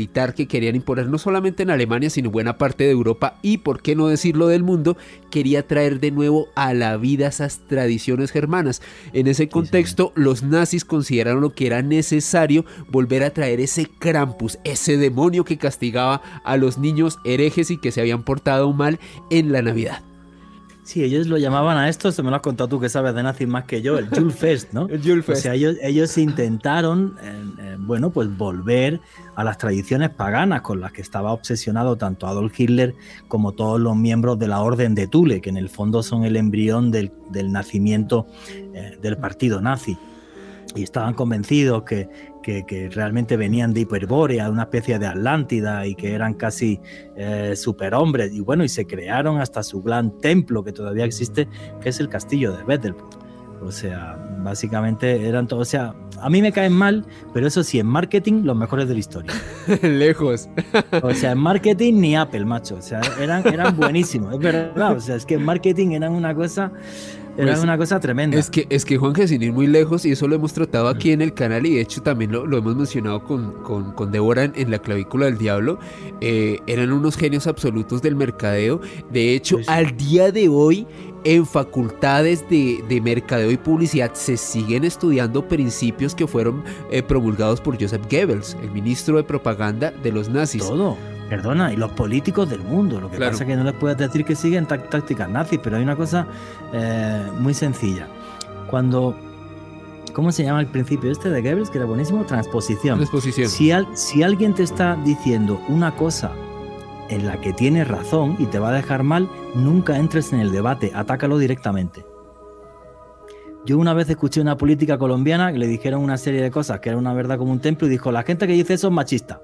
militar que querían imponer no solamente en Alemania, sino en buena parte de Europa y, por qué no decirlo, del mundo, quería traer de nuevo a la vida esas tradiciones germanas. En ese contexto, los nazis consideraron lo que era necesario volver a traer ese Krampus, ese demonio que castigaba a los niños herejes y que se habían portado mal en la Navidad. Sí, ellos lo llamaban a esto, se me lo has contado tú que sabes de nazis más que yo, el Julfest, ¿no? El Julfest. O sea, ellos intentaron, bueno, pues volver a las tradiciones paganas con las que estaba obsesionado tanto Adolf Hitler como todos los miembros de la Orden de Thule, que en el fondo son el embrión del nacimiento del partido nazi. Y estaban convencidos que realmente venían de Hiperbórea, de una especie de Atlántida, y que eran casi superhombres. Y bueno, y se crearon hasta su gran templo que todavía existe, que es el castillo de Wedelburg. O sea, básicamente eran todos. O sea, a mí me caen mal, pero eso sí, en marketing, los mejores de la historia. Lejos. O sea, en marketing ni Apple, macho. O sea, eran buenísimos, es verdad. O sea, es que en marketing eran una cosa. Era pues una cosa tremenda. Es que Juanje, sin ir muy lejos, y eso lo hemos tratado aquí en el canal, y de hecho también lo hemos mencionado con Débora en La Clavícula del Diablo, eran unos genios absolutos del mercadeo. De hecho, sí. Al día de hoy, en facultades de mercadeo y publicidad se siguen estudiando principios que fueron promulgados por Joseph Goebbels, el ministro de propaganda de los nazis. Todo. Perdona, y los políticos del mundo. Lo que pasa es que no les puedes decir que siguen tácticas nazis, pero hay una cosa muy sencilla. Cuando, ¿cómo se llama el principio este de Goebbels? Que era buenísimo, transposición. Si alguien te está diciendo una cosa en la que tienes razón y te va a dejar mal, nunca entres en el debate, atácalo directamente. Yo una vez escuché una política colombiana que le dijeron una serie de cosas que era una verdad como un templo y dijo, la gente que dice eso es machista.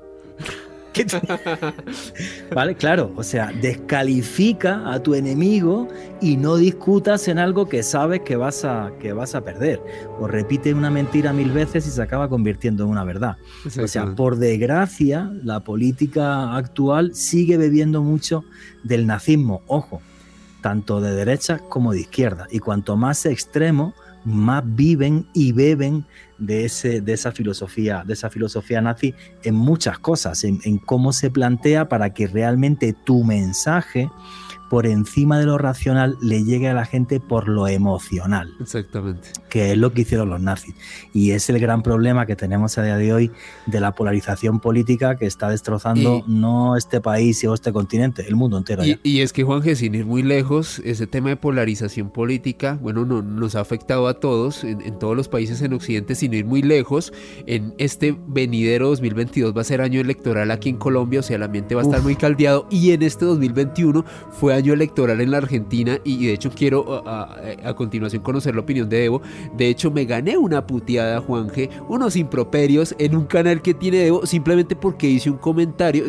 Vale, claro, o sea, descalifica a tu enemigo y no discutas en algo que sabes que vas a perder, o repite una mentira 1000 veces y se acaba convirtiendo en una verdad. O sea, por desgracia, la política actual sigue bebiendo mucho del nazismo, ojo, tanto de derecha como de izquierda, y cuanto más extremo, más viven y beben de esa filosofía nazi en muchas cosas, en cómo se plantea para que realmente tu mensaje, por encima de lo racional, le llegue a la gente por lo emocional. Exactamente. Que es lo que hicieron los nazis. Y es el gran problema que tenemos a día de hoy de la polarización política que está destrozando no este país o este continente, el mundo entero. Y es que, Juanje, sin ir muy lejos, ese tema de polarización política, bueno, nos ha afectado a todos, en todos los países en Occidente, sin ir muy lejos. En este venidero 2022 va a ser año electoral aquí en Colombia, o sea, el ambiente va a estar muy caldeado, y en este 2021 fue año electoral en la Argentina, y de hecho quiero a continuación conocer la opinión de Debo. De hecho, me gané una puteada, Juanje, unos improperios en un canal que tiene Debo, simplemente porque hice un comentario.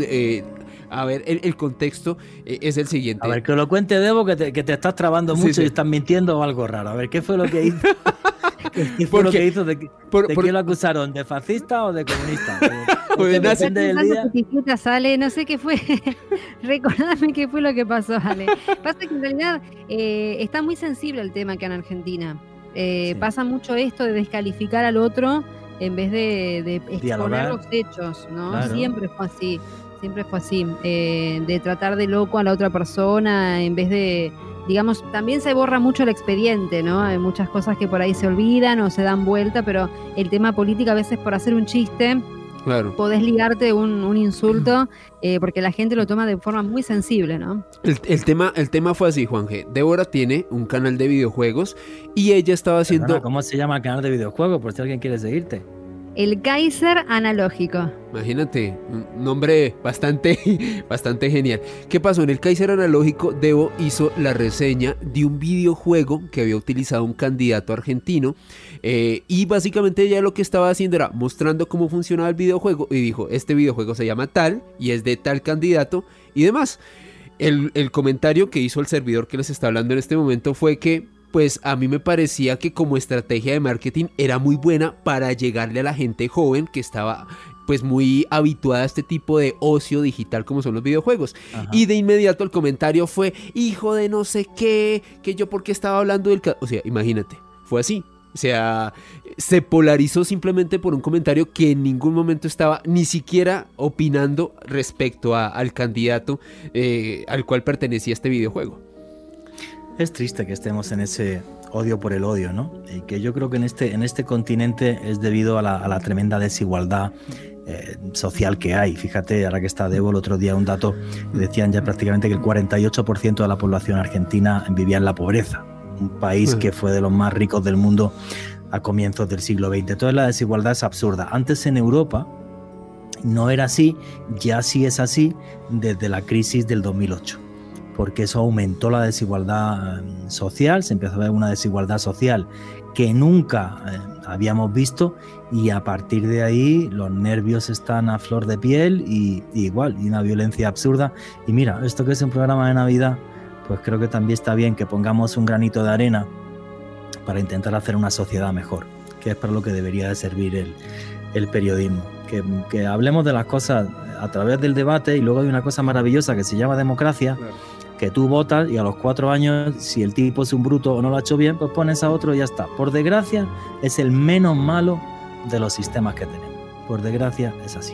A ver, el contexto es el siguiente. A ver, que lo cuente Debo, que te estás trabando mucho y estás mintiendo o algo raro. A ver, ¿qué fue lo que hizo? ¿Qué fue lo que hizo? ¿De qué lo acusaron? ¿De fascista o de comunista? O de nazi. Ale, no sé qué fue. Recordame qué fue lo que pasó, Ale. Pasa que en realidad está muy sensible el tema acá en Argentina. Pasa mucho esto de descalificar al otro en vez de exponer los hechos, ¿no? Claro. Siempre fue así, de tratar de loco a la otra persona en vez de, digamos, también se borra mucho el expediente, ¿no? Hay muchas cosas que por ahí se olvidan o se dan vuelta, pero el tema político a veces por hacer un chiste, claro, podés ligarte un insulto porque la gente lo toma de forma muy sensible, ¿no? El tema fue así, Juanje. Débora tiene un canal de videojuegos y ella estaba haciendo... Perdona, ¿cómo se llama el canal de videojuegos? Por si alguien quiere seguirte. El Kaiser Analógico. Imagínate, un nombre bastante genial. ¿Qué pasó? En el Kaiser Analógico, Debo hizo la reseña de un videojuego que había utilizado un candidato argentino, y básicamente ella lo que estaba haciendo era mostrando cómo funcionaba el videojuego y dijo, este videojuego se llama tal y es de tal candidato y demás. El comentario que hizo el servidor que les está hablando en este momento fue que pues a mí me parecía que como estrategia de marketing era muy buena para llegarle a la gente joven que estaba pues muy habituada a este tipo de ocio digital como son los videojuegos. Ajá. Y de inmediato el comentario fue, hijo de no sé qué, que yo porque estaba hablando del... O sea, imagínate, fue así. O sea, se polarizó simplemente por un comentario que en ningún momento estaba ni siquiera opinando respecto al candidato al cual pertenecía este videojuego. Es triste que estemos en ese odio por el odio, ¿no? Y que yo creo que en este continente es debido a la tremenda desigualdad social que hay. Fíjate, ahora que está Debo, el otro día un dato, decían ya prácticamente que el 48% de la población argentina vivía en la pobreza. Un país que fue de los más ricos del mundo a comienzos del siglo XX. Entonces la desigualdad es absurda. Antes en Europa no era así, ya sí es así desde la crisis del 2008. Porque eso aumentó la desigualdad social, se empezó a ver una desigualdad social que nunca habíamos visto, y a partir de ahí los nervios están a flor de piel y igual, y una violencia absurda. Y mira, esto que es un programa de Navidad, pues creo que también está bien que pongamos un granito de arena para intentar hacer una sociedad mejor, que es para lo que debería de servir el periodismo. Que hablemos de las cosas a través del debate, y luego hay una cosa maravillosa que se llama democracia, claro, que tú votas y a los 4 años, si el tipo es un bruto o no lo ha hecho bien, pues pones a otro y ya está. Por desgracia, es el menos malo de los sistemas que tenemos. Por desgracia, es así.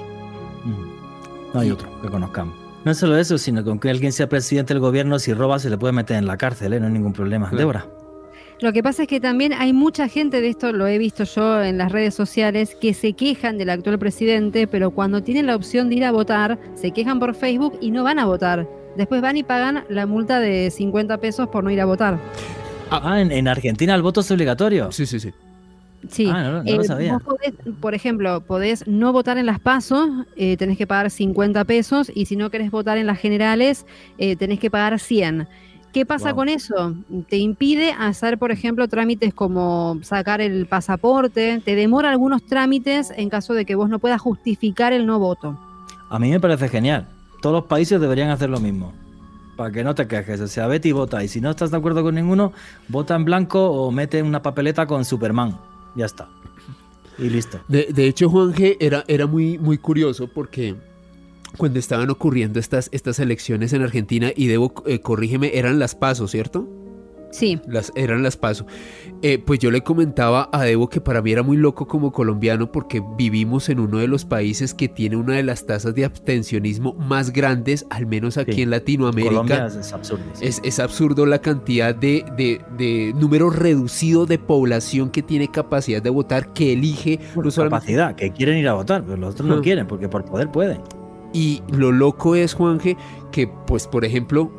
No hay otro que conozcamos. No es solo eso, sino que aunque alguien sea presidente del gobierno, si roba se le puede meter en la cárcel, no hay ningún problema. Claro. Débora. Lo que pasa es que también hay mucha gente, de esto lo he visto yo en las redes sociales, que se quejan del actual presidente, pero cuando tienen la opción de ir a votar, se quejan por Facebook y no van a votar. Después van y pagan la multa de 50 pesos por no ir a votar. ¿En Argentina el voto es obligatorio? Sí. Sí, no lo sabía. Vos podés, por ejemplo, podés no votar en las PASO, tenés que pagar 50 pesos, y si no querés votar en las generales, tenés que pagar 100. ¿Qué pasa con eso? Te impide hacer, por ejemplo, trámites como sacar el pasaporte, te demora algunos trámites en caso de que vos no puedas justificar el no voto. A mí me parece genial. Todos los países deberían hacer lo mismo, para que no te quejes. O sea, vete y vota, y si no estás de acuerdo con ninguno, vota en blanco o mete una papeleta con Superman. Ya está. Y listo. De hecho, Juan G, era muy, muy curioso porque cuando estaban ocurriendo estas elecciones en Argentina, y Debo, corrígeme, eran las PASO, ¿cierto? Sí. Eran las PASO. Pues yo le comentaba a Debo que para mí era muy loco como colombiano, porque vivimos en uno de los países que tiene una de las tasas de abstencionismo más grandes, al menos aquí en Latinoamérica. Colombia es absurdo. Sí. Es absurdo la cantidad de número reducido de población que tiene capacidad de votar, que elige. No capacidad, que quieren ir a votar, pero los otros no quieren, porque por poder pueden. Y lo loco es, Juanje, que pues por ejemplo,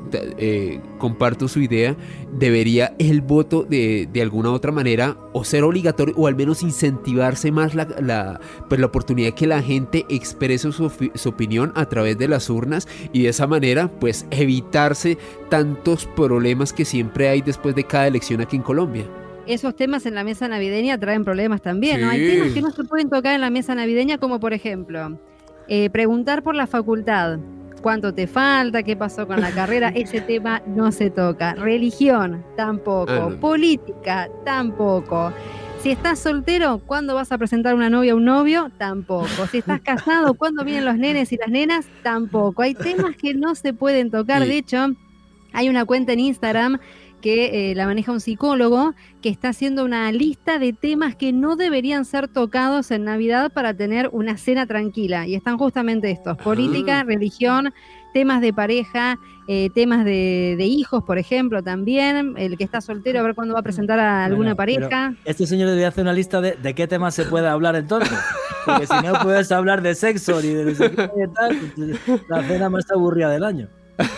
comparto su idea, debería el voto de alguna otra manera o ser obligatorio, o al menos incentivarse más la oportunidad de que la gente exprese su opinión a través de las urnas, y de esa manera pues evitarse tantos problemas que siempre hay después de cada elección aquí en Colombia. Esos temas en la mesa navideña traen problemas también, sí, ¿no? Hay temas que no se pueden tocar en la mesa navideña, como por ejemplo... preguntar por la facultad, cuánto te falta, qué pasó con la carrera, ese tema no se toca. Religión, tampoco. Política, tampoco. Si estás soltero, ¿cuándo vas a presentar una novia o un novio? Tampoco. Si estás casado, ¿cuándo vienen los nenes y las nenas? Tampoco. Hay temas que no se pueden tocar. De hecho, hay una cuenta en Instagram que la maneja un psicólogo, que está haciendo una lista de temas que no deberían ser tocados en Navidad para tener una cena tranquila. Y están justamente estos: política, religión, temas de pareja, temas de hijos, por ejemplo, también. El que está soltero, a ver cuándo va a presentar a alguna pareja. Este señor debería hacer una lista de qué temas se puede hablar entonces. Porque si no puedes hablar de sexo ni de no sé qué tal, la cena más aburrida del año.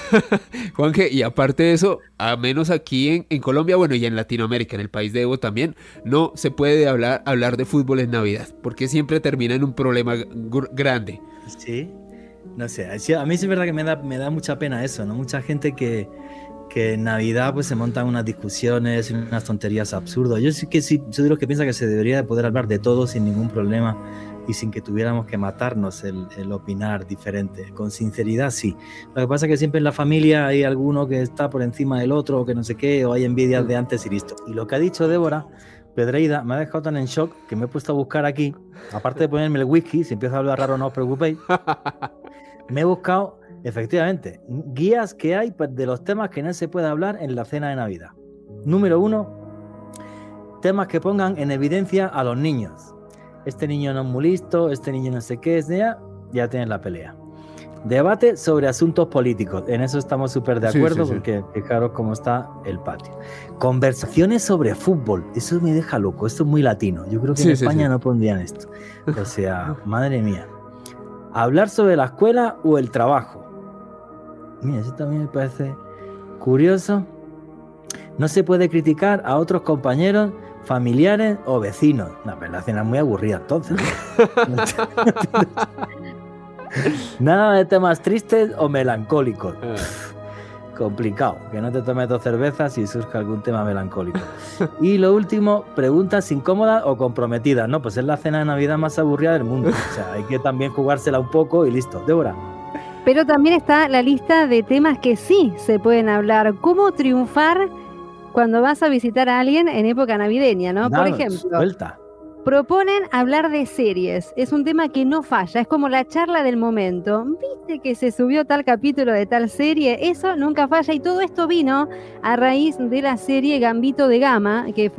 Juanje, y aparte de eso, a menos aquí en Colombia, bueno, y en Latinoamérica, en el país de Evo también, no se puede hablar de fútbol en Navidad, porque siempre termina en un problema grande. Sí, no sé, a mí sí es verdad que me da mucha pena eso, ¿no? Mucha gente que en Navidad pues se montan unas discusiones y unas tonterías absurdas. Yo sí que soy de los que piensa que se debería de poder hablar de todo sin ningún problema y sin que tuviéramos que matarnos el opinar diferente. Con sinceridad, sí. Lo que pasa es que siempre en la familia hay alguno que está por encima del otro, o que no sé qué, o hay envidias de antes y listo. Y lo que ha dicho Débora Pedreida me ha dejado tan en shock que me he puesto a buscar aquí, aparte de ponerme el whisky, si empiezo a hablar raro no os preocupéis, me he buscado, efectivamente, guías que hay de los temas que no se puede hablar en la cena de Navidad. Número 1, temas que pongan en evidencia a los niños. Este niño no es muy listo, este niño no sé qué, ya tienen la pelea. Debate sobre asuntos políticos. En eso estamos súper de acuerdo, porque fijaros cómo está el patio. Conversaciones sobre fútbol. Eso me deja loco. Esto es muy latino. Yo creo que en España no pondrían esto. O sea, madre mía. Hablar sobre la escuela o el trabajo. Mira, eso también me parece curioso. No se puede criticar a otros compañeros, familiares o vecinos. No, pero la cena es muy aburrida entonces. Nada de temas tristes o melancólicos. Complicado, que no te tomes 2 cervezas y surja algún tema melancólico. Y lo último, preguntas incómodas o comprometidas. No, pues es la cena de Navidad más aburrida del mundo. O sea, hay que también jugársela un poco y listo. Débora. Pero también está la lista de temas que sí se pueden hablar. ¿Cómo triunfar cuando vas a visitar a alguien en época navideña, no? Por ejemplo, suelta. Proponen hablar de series. Es un tema que no falla, es como la charla del momento. ¿Viste que se subió tal capítulo de tal serie? Eso nunca falla, y todo esto vino a raíz de la serie Gambito de Dama, que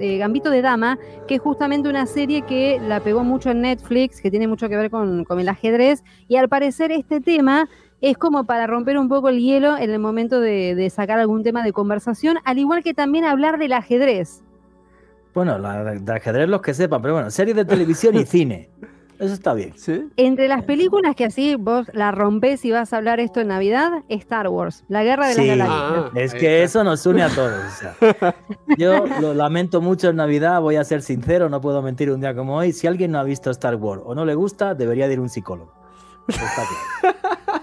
es justamente una serie que la pegó mucho en Netflix, que tiene mucho que ver con el ajedrez, y al parecer este tema es como para romper un poco el hielo en el momento de sacar algún tema de conversación, al igual que también hablar del ajedrez. Bueno, de ajedrez los que sepan, pero bueno, series de televisión y cine. Eso está bien. ¿Sí? Entre las películas que así vos la rompés y vas a hablar esto en Navidad, Star Wars, la Guerra de las Galaxias. Es que eso nos une a todos. O sea, yo lo lamento mucho en Navidad, voy a ser sincero, no puedo mentir un día como hoy. Si alguien no ha visto Star Wars o no le gusta, debería de ir a un psicólogo. Está claro.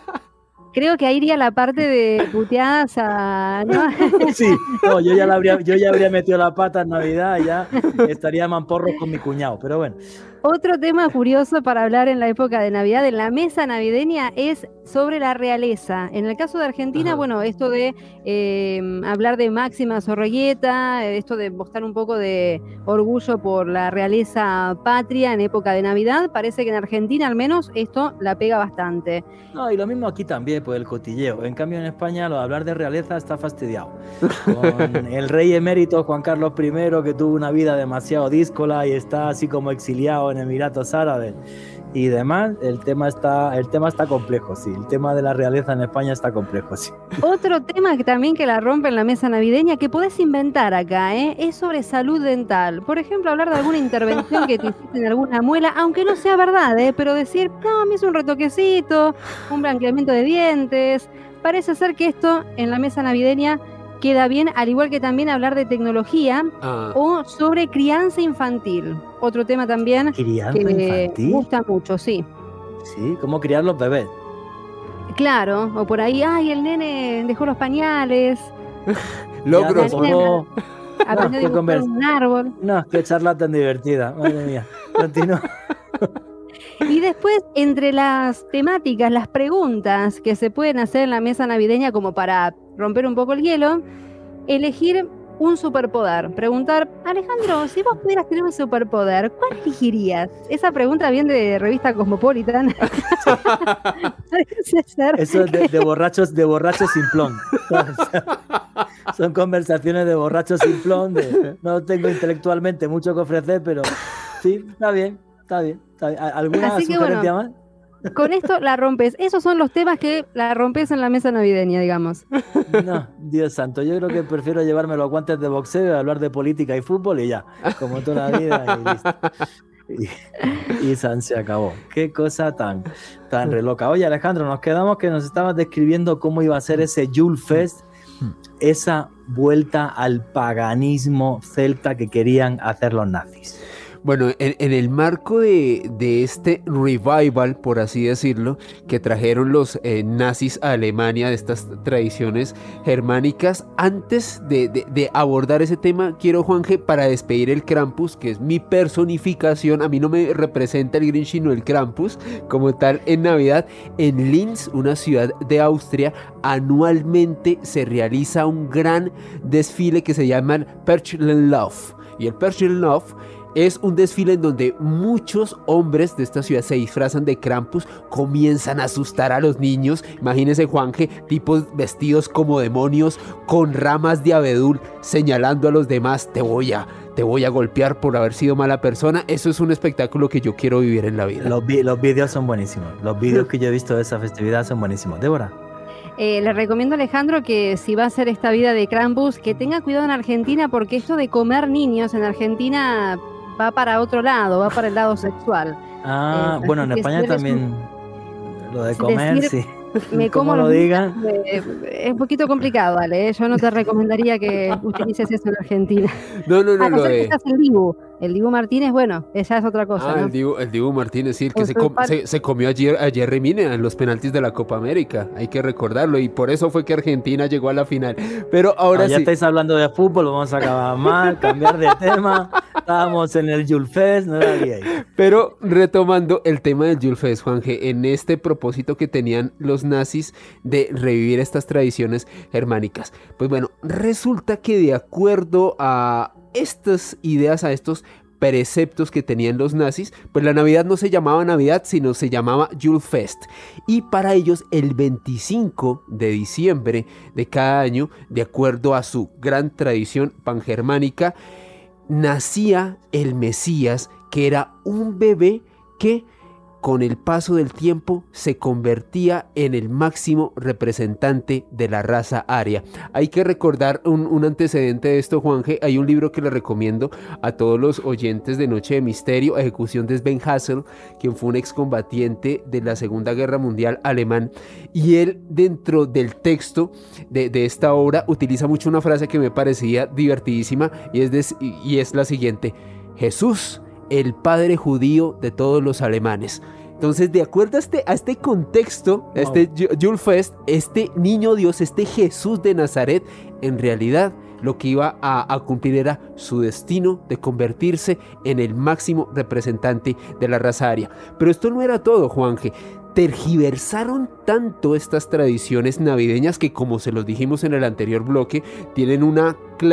Creo que ahí iría la parte de puteadas a... ¿no? Sí, no, yo ya habría metido la pata en Navidad y ya estaría mamporros con mi cuñado, pero bueno. Otro tema curioso para hablar en la época de Navidad, en la mesa navideña, es sobre la realeza. En el caso de Argentina, bueno, esto de hablar de Máxima Zorreguieta, esto de mostrar un poco de orgullo por la realeza patria en época de Navidad, parece que en Argentina al menos esto la pega bastante. No, y lo mismo aquí también, pues el cotilleo. En cambio en España lo de hablar de realeza está fastidiado. Con el rey emérito Juan Carlos I, que tuvo una vida demasiado díscola y está así como exiliado en Emiratos Árabes y demás, el tema está complejo, sí. El tema de la realeza en España está complejo, sí. Otro tema que también que la rompe en la mesa navideña, que podés inventar acá, es sobre salud dental. Por ejemplo, hablar de alguna intervención que te hiciste en alguna muela, aunque no sea verdad, pero decir, no, me hice un retoquecito, un blanqueamiento de dientes. Parece ser que esto en la mesa navideña queda bien, al igual que también hablar de tecnología o sobre crianza infantil. Otro tema también ¿Crianza que infantil? Me gusta mucho, sí. Sí, ¿cómo criar los bebés? Claro, o por ahí, ay, el nene dejó los pañales. Logros. Aprendió a dibujar un árbol. No, qué charla tan divertida, madre mía. Continúa. Y después, entre las temáticas, las preguntas que se pueden hacer en la mesa navideña como para romper un poco el hielo, elegir un superpoder. Preguntar, Alejandro, si vos pudieras tener un superpoder, ¿cuál elegirías? Esa pregunta viene de revista Cosmopolitan. Eso es de borrachos simplón. Son conversaciones de borrachos simplón. No tengo intelectualmente mucho que ofrecer, pero sí, está bien. ¿Alguna sugerencia más? Con esto la rompes. Esos son los temas que la rompes en la mesa navideña, digamos. No, Dios santo, yo creo que prefiero llevarme los guantes de boxeo y hablar de política y fútbol y ya, como toda la vida y listo. Y San se acabó. Qué cosa tan re loca. Oye, Alejandro, nos quedamos que nos estabas describiendo cómo iba a ser ese Yule Fest, esa vuelta al paganismo celta que querían hacer los nazis. Bueno, en el marco de este revival, por así decirlo, que trajeron los nazis a Alemania, de estas tradiciones germánicas, antes de abordar ese tema, quiero, Juanje, para despedir el Krampus, que es mi personificación, a mí no me representa el Grinch, sino el Krampus, como tal, en Navidad, en Linz, una ciudad de Austria, anualmente se realiza un gran desfile que se llama el Perchlenlauf, y el Perchlenlauf es un desfile en donde muchos hombres de esta ciudad se disfrazan de Krampus, comienzan a asustar a los niños. Imagínense, Juanje, tipos vestidos como demonios, con ramas de abedul, señalando a los demás, te voy a te voy a golpear por haber sido mala persona. Eso es un espectáculo que yo quiero vivir en la vida. Los vídeos son buenísimos. Los vídeos que yo he visto de esa festividad son buenísimos. Débora. Le recomiendo a Alejandro que si va a hacer esta vida de Krampus, que tenga cuidado en Argentina, porque esto de comer niños en Argentina va para otro lado, va para el lado sexual. Bueno, en España también lo de comer, sí. Me como lo digan. Es un poquito complicado, ¿vale? Yo no te recomendaría que utilices eso en Argentina. No, el Dibu Martínez, bueno, esa es otra cosa, ¿no? El Dibu Martínez, sí, el que se comió a Jerry Mina en los penaltis de la Copa América, hay que recordarlo, y por eso fue que Argentina llegó a la final. Pero ahora ya estáis hablando de fútbol, vamos a acabar mal, cambiar de tema. Estábamos en el Julfest, no era ahí. Pero retomando el tema del Julfest, Juanje, en este propósito que tenían los nazis de revivir estas tradiciones germánicas, pues bueno, resulta que de acuerdo a estas ideas, a estos preceptos que tenían los nazis, pues la Navidad no se llamaba Navidad, sino se llamaba Julfest. Y para ellos el 25 de diciembre de cada año, de acuerdo a su gran tradición pangermánica, nacía el Mesías, que era un bebé que con el paso del tiempo se convertía en el máximo representante de la raza aria. Hay que recordar un antecedente de esto, Juanje. Hay un libro que le recomiendo a todos los oyentes de Noche de Misterio, Ejecución de Sven Hassel, quien fue un excombatiente de la Segunda Guerra Mundial alemán, y él dentro del texto de esta obra utiliza mucho una frase que me parecía divertidísima, y es la siguiente: Jesús, el padre judío de todos los alemanes. Entonces, de acuerdo a este contexto, a este Julfest, este niño Dios, este Jesús de Nazaret, en realidad lo que iba a cumplir era su destino de convertirse en el máximo representante de la raza aria. Pero esto no era todo, Juanje. Tergiversaron tanto estas tradiciones navideñas que, como se los dijimos en el anterior bloque, tienen un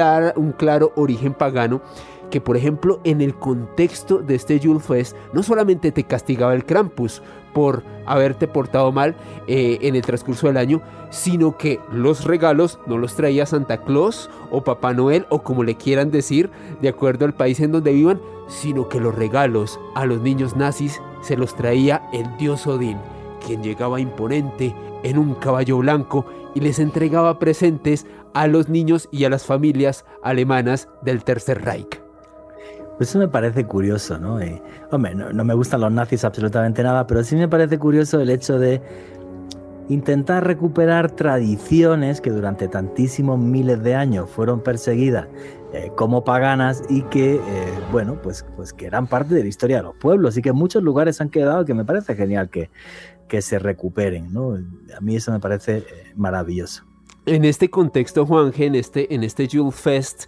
claro origen pagano, que por ejemplo en el contexto de este Julfest no solamente te castigaba el Krampus por haberte portado mal en el transcurso del año, sino que los regalos no los traía Santa Claus o Papá Noel, o como le quieran decir de acuerdo al país en donde vivan, sino que los regalos a los niños nazis se los traía el dios Odín, quien llegaba imponente en un caballo blanco y les entregaba presentes a los niños y a las familias alemanas del Tercer Reich. Eso me parece curioso, ¿no? Hombre, no me gustan los nazis absolutamente nada, pero sí me parece curioso el hecho de intentar recuperar tradiciones que durante tantísimos miles de años fueron perseguidas como paganas y que, pues que eran parte de la historia de los pueblos y que en muchos lugares han quedado, que me parece genial que se recuperen, ¿no? A mí eso me parece maravilloso. En este contexto, Juanje, en este Julfest,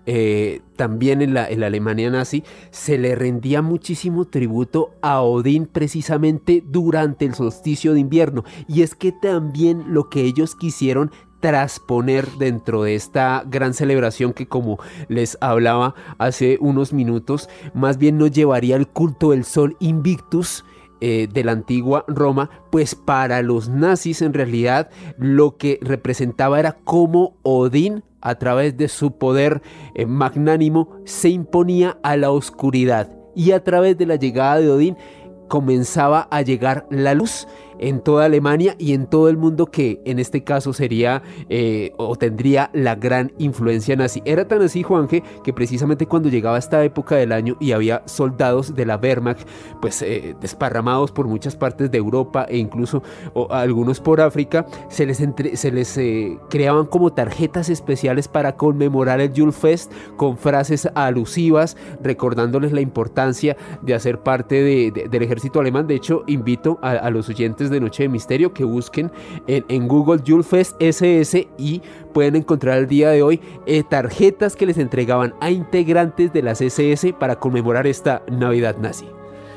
también en la Alemania nazi, se le rendía muchísimo tributo a Odín precisamente durante el solsticio de invierno. Y es que también lo que ellos quisieron trasponer dentro de esta gran celebración que, como les hablaba hace unos minutos, más bien nos llevaría al culto del sol Invictus, de la antigua Roma, pues para los nazis en realidad lo que representaba era cómo Odín, a través de su poder magnánimo, se imponía a la oscuridad, y a través de la llegada de Odín comenzaba a llegar la luz en toda Alemania y en todo el mundo, que en este caso sería o tendría la gran influencia nazi. Era tan así, Juanje, que precisamente cuando llegaba esta época del año y había soldados de la Wehrmacht pues desparramados por muchas partes de Europa e incluso algunos por África, se les creaban como tarjetas especiales para conmemorar el Julfest con frases alusivas, recordándoles la importancia de hacer parte del ejército alemán. De hecho, invito a los oyentes de Noche de Misterio que busquen en Google Julfest SS y pueden encontrar el día de hoy tarjetas que les entregaban a integrantes de las SS para conmemorar esta Navidad nazi.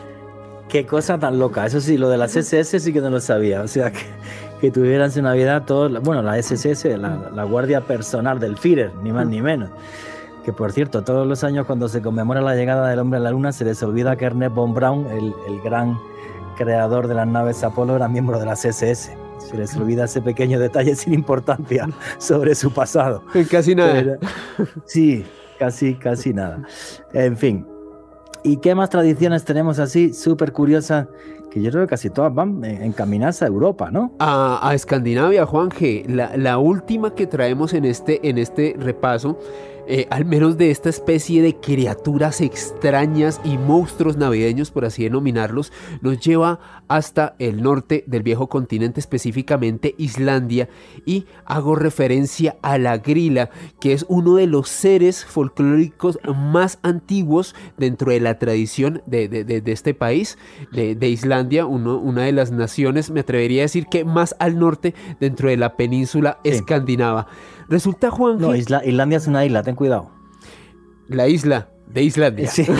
Qué cosa tan loca. Eso sí, lo de las SS sí que no lo sabía. O sea, que tuvieran su Navidad todos, la SS, la guardia personal del Führer, ni más ni menos. Que por cierto, todos los años cuando se conmemora la llegada del hombre a la luna, se les olvida que Ernest von Braun, el gran creador de las naves Apolo, era miembro de las SS. Se les olvida ese pequeño detalle sin importancia sobre su pasado. Casi nada. Pero, sí, casi nada. En fin. ¿Y qué más tradiciones tenemos así, súper curiosas? Que yo creo que casi todas van encaminadas a Europa, ¿no? A Escandinavia, Juanje. La última que traemos en este repaso, al menos de esta especie de criaturas extrañas y monstruos navideños, por así denominarlos, nos lleva hasta el norte del viejo continente, específicamente Islandia, y hago referencia a la grila, que es uno de los seres folclóricos más antiguos dentro de la tradición de este país, de Islandia, una de las naciones, me atrevería a decir que más al norte dentro de la península escandinava. Resulta, Juan... No, Islandia es una isla, ten cuidado. La isla de Islandia. Sí.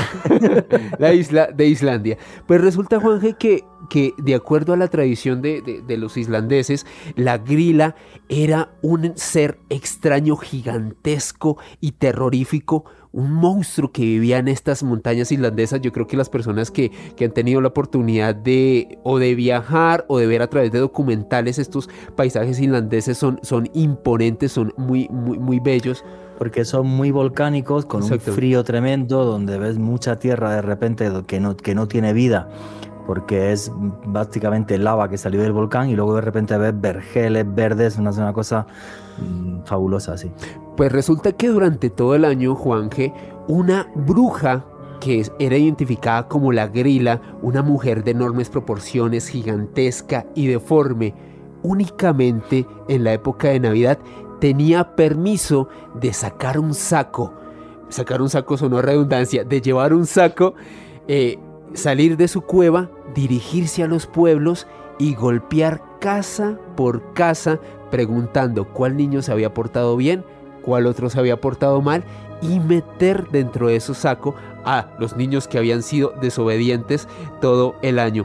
La isla de Islandia. Pues resulta, Juanje, que de acuerdo a la tradición de los islandeses, la grila era un ser extraño, gigantesco y terrorífico, un monstruo que vivía en estas montañas islandesas. Yo creo que las personas que han tenido la oportunidad de viajar o de ver a través de documentales estos paisajes islandeses son imponentes, son muy, muy, muy bellos. Porque son muy volcánicos, con un frío tremendo, donde ves mucha tierra de repente que no tiene vida, porque es básicamente lava que salió del volcán, y luego de repente ves vergeles verdes, una cosa fabulosa, sí. Pues resulta que durante todo el año, Juanje, una bruja que era identificada como la grila, una mujer de enormes proporciones, gigantesca y deforme, únicamente en la época de Navidad tenía permiso de sacar un saco sonó redundancia, de llevar un saco, salir de su cueva, dirigirse a los pueblos y golpear casa por casa, preguntando cuál niño se había portado bien, cuál otro se había portado mal, y meter dentro de su saco a los niños que habían sido desobedientes todo el año.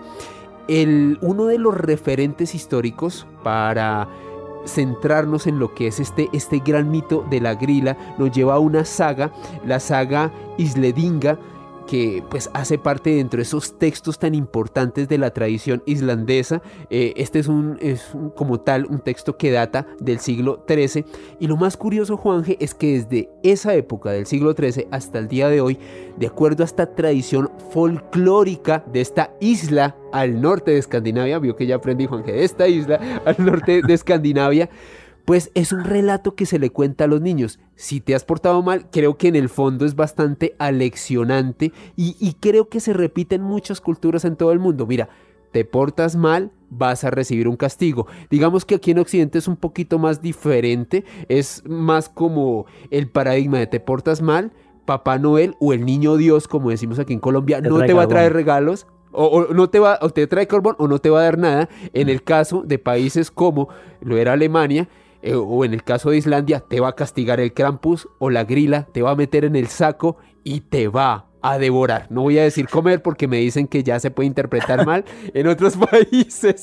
Uno de los referentes históricos para centrarnos en lo que es este gran mito de la grila nos lleva a una saga, la saga Isledinga, que pues hace parte dentro de esos textos tan importantes de la tradición islandesa. Este es como tal un texto que data del siglo XIII, y lo más curioso, Juanje, es que desde esa época del siglo XIII hasta el día de hoy, de acuerdo a esta tradición folclórica de esta isla al norte de Escandinavia, vio que ya aprendí, Juanje, de esta isla al norte de Escandinavia, pues es un relato que se le cuenta a los niños. Si te has portado mal, creo que en el fondo es bastante aleccionante, y creo que se repite en muchas culturas en todo el mundo. Mira, te portas mal, vas a recibir un castigo. Digamos que aquí en Occidente es un poquito más diferente, es más como el paradigma de te portas mal, Papá Noel o el Niño Dios, como decimos aquí en Colombia, no te va a traer regalos, o te trae carbón o no te va a dar nada. En el caso de países como lo era Alemania, o en el caso de Islandia, te va a castigar el Krampus o la grila, te va a meter en el saco y te va a devorar. No voy a decir comer porque me dicen que ya se puede interpretar mal en otros países.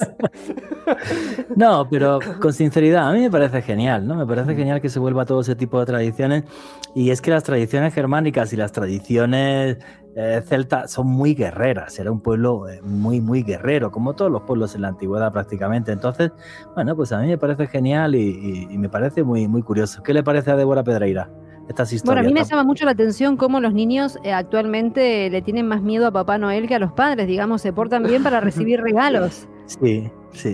No, pero con sinceridad, a mí me parece genial, ¿no? Me parece genial que se vuelva todo ese tipo de tradiciones, y es que las tradiciones germánicas y las tradiciones celtas son muy guerreras. Era un pueblo muy, muy guerrero, como todos los pueblos en la antigüedad prácticamente. Entonces, bueno, pues a mí me parece genial y me parece muy, muy curioso. ¿Qué le parece a Débora Pedreira estas historias? Bueno, a mí me llama mucho la atención cómo los niños actualmente le tienen más miedo a Papá Noel que a los padres, digamos, se portan bien para recibir regalos. Sí, sí.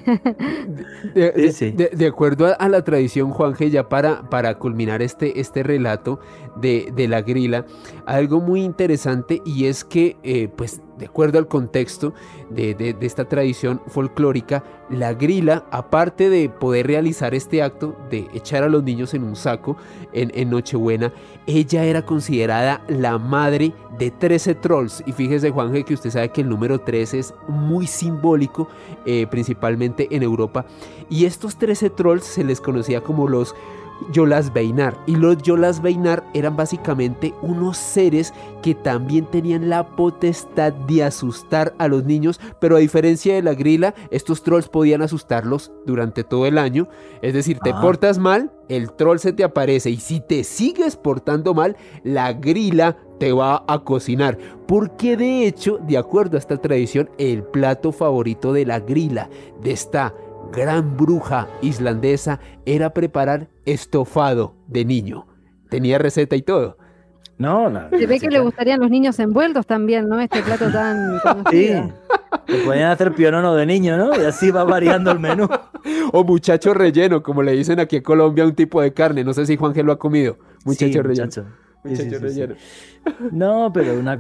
De acuerdo a la tradición, Juanje, ya para culminar este relato de la grila, algo muy interesante, y es que pues de acuerdo al contexto de esta tradición folclórica, la grila, aparte de poder realizar este acto de echar a los niños en un saco en Nochebuena, ella era considerada la madre de 13 trolls. Y fíjese, Juanje, que usted sabe que el número 13 es muy simbólico, principalmente en Europa, y estos 13 trolls se les conocía como los Jolasbeinar, y los Jolasbeinar eran básicamente unos seres que también tenían la potestad de asustar a los niños, pero a diferencia de la grila, estos trolls podían asustarlos durante todo el año. Es decir, te portas mal, el troll se te aparece, y si te sigues portando mal, la grila te va a cocinar, porque de hecho, de acuerdo a esta tradición, el plato favorito de la grila, de esta gran bruja islandesa, era preparar estofado de niño. Tenía receta y todo. No, se ve que le gustarían los niños envueltos también, ¿no? Este plato tan conocido. Sí, se podían hacer pionono de niño, ¿no? Y así va variando el menú. O muchacho relleno, como le dicen aquí en Colombia, un tipo de carne. No sé si Juanje lo ha comido. Muchacho Sí, relleno. muchacho. Muchacho relleno. No, pero una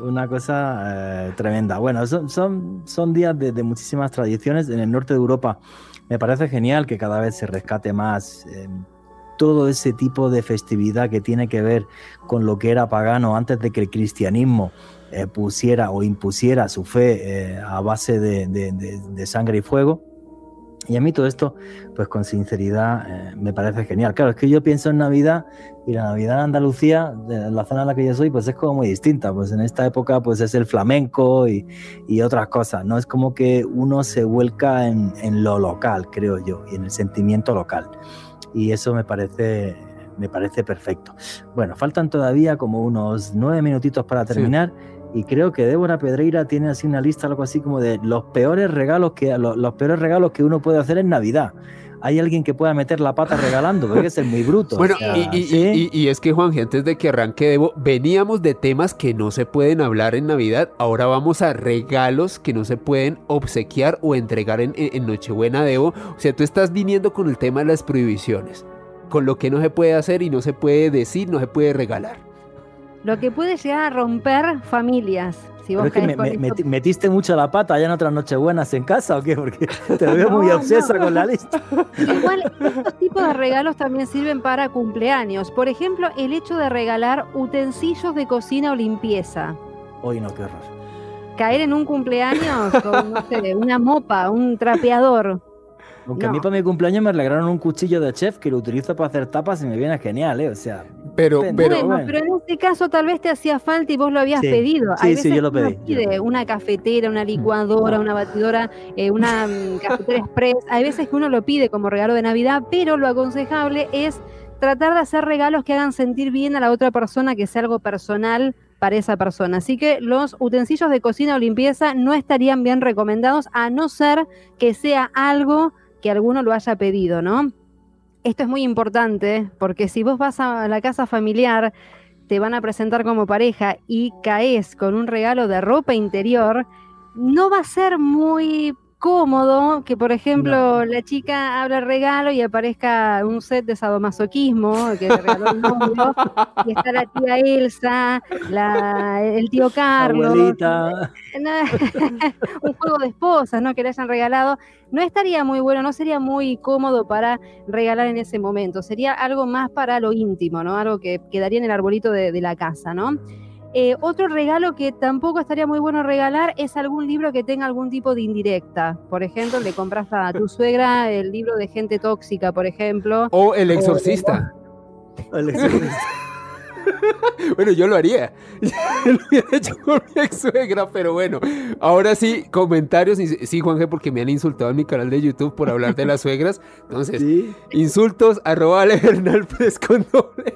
cosa tremenda. Bueno, son días de muchísimas tradiciones. En el norte de Europa me parece genial que cada vez se rescate más todo ese tipo de festividad que tiene que ver con lo que era pagano antes de que el cristianismo pusiera o impusiera su fe a base de sangre y fuego. Y a mí todo esto, pues con sinceridad, me parece genial. Claro, es que yo pienso en Navidad y la Navidad en Andalucía, de la zona en la que yo soy, pues es como muy distinta. Pues en esta época pues es el flamenco y otras cosas, ¿no? Es como que uno se vuelca en lo local, creo yo, y en el sentimiento local. Y eso me parece perfecto. Bueno, faltan todavía como unos 9 minutitos para terminar. Sí. Y creo que Débora Pedreira tiene así una lista, algo así como de los peores regalos que uno puede hacer en Navidad. ¿Hay alguien que pueda meter la pata regalando? Porque es muy bruto. Bueno, o sea, y es que, Juanje, antes de que arranque Debo, veníamos de temas que no se pueden hablar en Navidad. Ahora vamos a regalos que no se pueden obsequiar o entregar en Nochebuena, Debo. O sea, tú estás viniendo con el tema de las prohibiciones, con lo que no se puede hacer y no se puede decir, no se puede regalar. Lo que puede llegar a romper familias. Si vos pero es que metiste mucho la pata ya en otras Nochebuenas en casa, ¿o qué? Porque te veo muy obsesa con la lista. Igual, estos tipos de regalos también sirven para cumpleaños. Por ejemplo, el hecho de regalar utensilios de cocina o limpieza. Uy, no, qué horror. Caer en un cumpleaños con, no sé, una mopa, un trapeador. Aunque a mí para mi cumpleaños me regalaron un cuchillo de chef que lo utilizo para hacer tapas y me viene genial, ¿eh? O sea... Pero en este caso tal vez te hacía falta y vos lo habías pedido. Sí, yo lo pedí. Pide una cafetera, una licuadora, una batidora, una cafetera express. Hay veces que uno lo pide como regalo de Navidad, pero lo aconsejable es tratar de hacer regalos que hagan sentir bien a la otra persona, que sea algo personal para esa persona. Así que los utensilios de cocina o limpieza no estarían bien recomendados, a no ser que sea algo que alguno lo haya pedido, ¿no? Esto es muy importante porque si vos vas a la casa familiar, te van a presentar como pareja y caes con un regalo de ropa interior, no va a ser muy cómodo que, por ejemplo, la chica abra el regalo y aparezca un set de sadomasoquismo que le regaló el novio, y está la tía Elsa, el tío Carlos, abuelita. Un juego de esposas, ¿no? Que le hayan regalado. No estaría muy bueno, no sería muy cómodo para regalar en ese momento. Sería algo más para lo íntimo, ¿no? Algo que quedaría en el arbolito de la casa, ¿no? Otro regalo que tampoco estaría muy bueno regalar es algún libro que tenga algún tipo de indirecta. Por ejemplo, le compras a tu suegra el libro de gente tóxica, por ejemplo. O El Exorcista. El Exorcista. Bueno, yo lo haría. Yo lo hubiera hecho con mi ex suegra, pero bueno. Ahora sí, comentarios. Sí, Juanje, porque me han insultado en mi canal de YouTube por hablar de las suegras. Entonces, ¿sí? Insultos, @alebernal3 con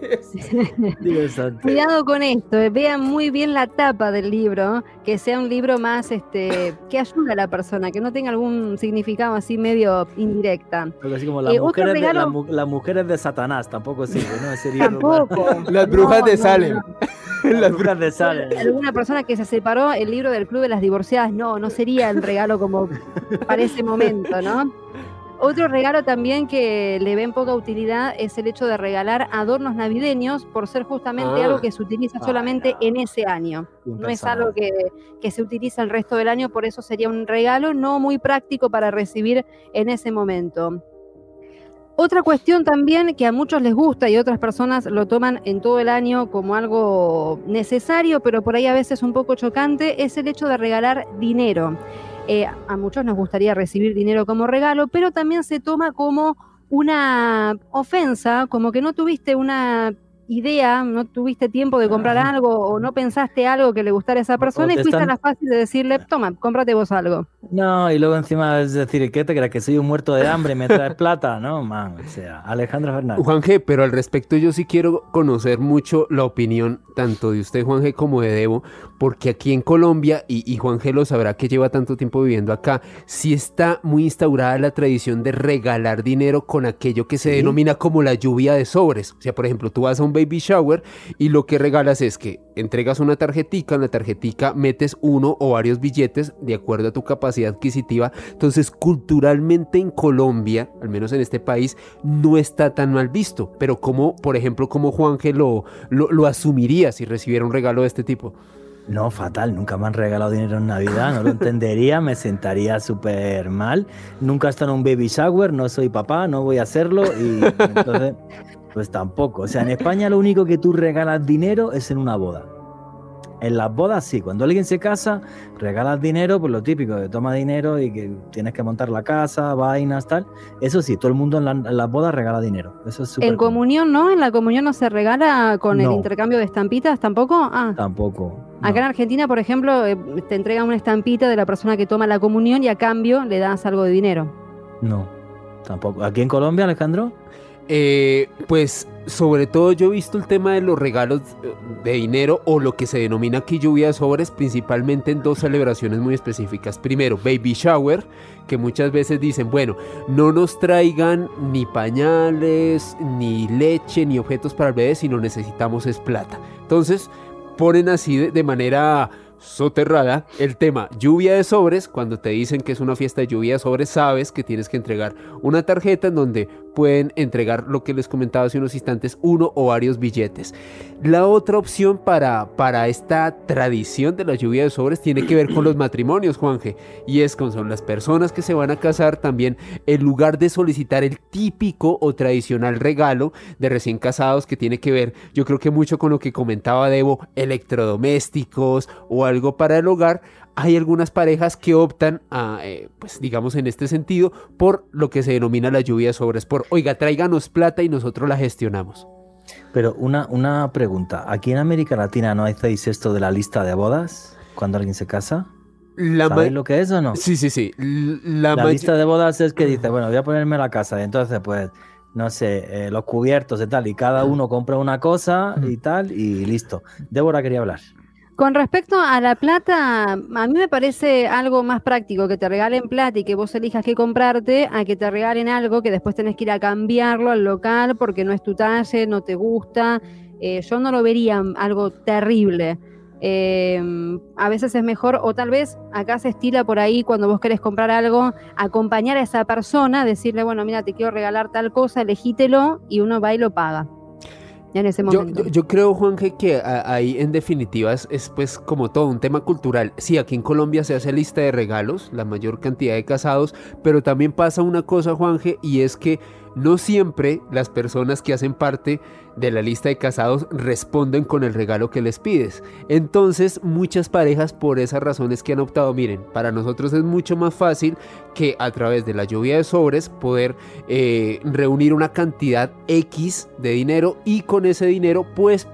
$. Cuidado con esto. Vean muy bien la tapa del libro. Que sea un libro más que ayude a la persona, que no tenga algún significado así medio indirecta. Algo así como las mujeres de Satanás, tampoco sirve, ¿no? Ese libro tampoco. Las brujas de Salem. Las brujas de Salem. Alguna persona que se separó, el libro del Club de las Divorciadas, no sería el regalo como para ese momento, ¿no? Otro regalo también que le ven poca utilidad es el hecho de regalar adornos navideños por ser justamente algo que se utiliza solamente en ese año. No es algo que se utiliza el resto del año, por eso sería un regalo no muy práctico para recibir en ese momento. Otra cuestión también que a muchos les gusta y otras personas lo toman en todo el año como algo necesario, pero por ahí a veces un poco chocante, es el hecho de regalar dinero. A muchos nos gustaría recibir dinero como regalo, pero también se toma como una ofensa, como que no tuviste una idea, no tuviste tiempo de comprar algo o no pensaste algo que le gustara a esa persona y fuiste a la fácil de decirle, toma, cómprate vos algo. No, y luego encima es decir, ¿qué te crees? ¿Que soy un muerto de hambre y me traes plata? No, man, o sea, Alejandro Fernández. Juanje, pero al respecto yo sí quiero conocer mucho la opinión tanto de usted, Juanje, como de Debo, porque aquí en Colombia, y Juanje lo sabrá que lleva tanto tiempo viviendo acá, sí está muy instaurada la tradición de regalar dinero con aquello que se denomina como la lluvia de sobres. O sea, por ejemplo, tú vas a un baby shower y lo que regalas es que entregas una tarjetica, en la tarjetica metes uno o varios billetes de acuerdo a tu capacidad adquisitiva. Entonces, culturalmente en Colombia, al menos en este país, no está tan mal visto. Pero como, por ejemplo, como Juanje lo asumiría si recibiera un regalo de este tipo. No, fatal, nunca me han regalado dinero en Navidad, no lo entendería, me sentaría súper mal. Nunca he estado en un baby shower, no soy papá, no voy a hacerlo y entonces, pues tampoco. O sea, en España lo único que tú regalas dinero es en una boda. En las bodas sí, cuando alguien se casa, regalas dinero, pues lo típico, que toma dinero y que tienes que montar la casa, vainas, tal. Eso sí, todo el mundo en las bodas regala dinero. Eso es súper En comunión, ¿no? En la comunión no se regala con el intercambio de estampitas, ¿tampoco? Tampoco. Acá en Argentina, por ejemplo, te entregan una estampita de la persona que toma la comunión y a cambio le das algo de dinero. No, tampoco. ¿Aquí en Colombia, Alejandro? Pues sobre todo yo he visto el tema de los regalos de dinero o lo que se denomina aquí lluvia de sobres, principalmente en dos celebraciones muy específicas. Primero, baby shower, que muchas veces dicen, bueno, no nos traigan ni pañales, ni leche, ni objetos para el bebé, sino necesitamos es plata. Entonces ponen así de manera soterrada el tema lluvia de sobres. Cuando te dicen que es una fiesta de lluvia de sobres, sabes que tienes que entregar una tarjeta en donde pueden entregar lo que les comentaba hace unos instantes, uno o varios billetes. La otra opción para esta tradición de la lluvia de sobres tiene que ver con los matrimonios, Juanje, y es con son las personas que se van a casar también, en lugar de solicitar el típico o tradicional regalo de recién casados que tiene que ver, yo creo que mucho con lo que comentaba Debo, electrodomésticos o algo para el hogar. Hay algunas parejas que optan a, pues digamos en este sentido, por lo que se denomina la lluvia de sobres, por, oiga, tráiganos plata y nosotros la gestionamos. Pero una pregunta, ¿aquí en América Latina no hacéis esto de la lista de bodas cuando alguien se casa? ¿Sabéis lo que es o no? Sí. La lista de bodas es que dice, bueno, voy a ponerme la casa y entonces pues, no sé, los cubiertos y tal, y cada uno compra una cosa y tal, y listo. Débora quería hablar. Con respecto a la plata, a mí me parece algo más práctico que te regalen plata y que vos elijas qué comprarte, a que te regalen algo que después tenés que ir a cambiarlo al local porque no es tu talle, no te gusta. Yo no lo vería algo terrible. A veces es mejor, o tal vez acá se estila por ahí cuando vos querés comprar algo, acompañar a esa persona, decirle, bueno, mira, te quiero regalar tal cosa, elegítelo, y uno va y lo paga. En ese momento. Yo creo, Juanje, que ahí en definitiva es pues como todo un tema cultural. Sí, aquí en Colombia se hace lista de regalos, la mayor cantidad de casados, pero también pasa una cosa, Juanje, y es que no siempre las personas que hacen parte de la lista de casados responden con el regalo que les pides. Entonces, muchas parejas por esas razones que han optado, miren, para nosotros es mucho más fácil que a través de la lluvia de sobres poder reunir una cantidad X de dinero y con ese dinero pues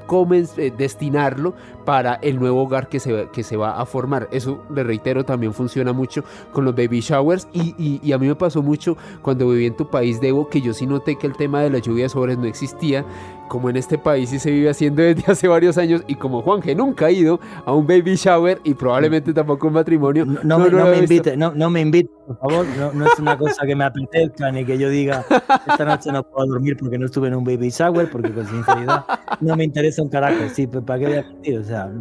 destinarlo para el nuevo hogar que se va a formar. Eso, le reitero, también funciona mucho con los baby showers y a mí me pasó mucho cuando viví en tu país, Debo, que yo sí noté que el tema de la lluvia de sobres no existía, como en este país sí se vive haciendo desde hace varios años, y como Juanje nunca ha ido a un baby shower y probablemente tampoco un matrimonio. No me invite, por favor, no es una cosa que me apetezca ni que yo diga esta noche no puedo dormir porque no estuve en un baby shower, porque con sinceridad no me interesa un carajo. Sí, pues ¿para qué voy a mentir? O sea,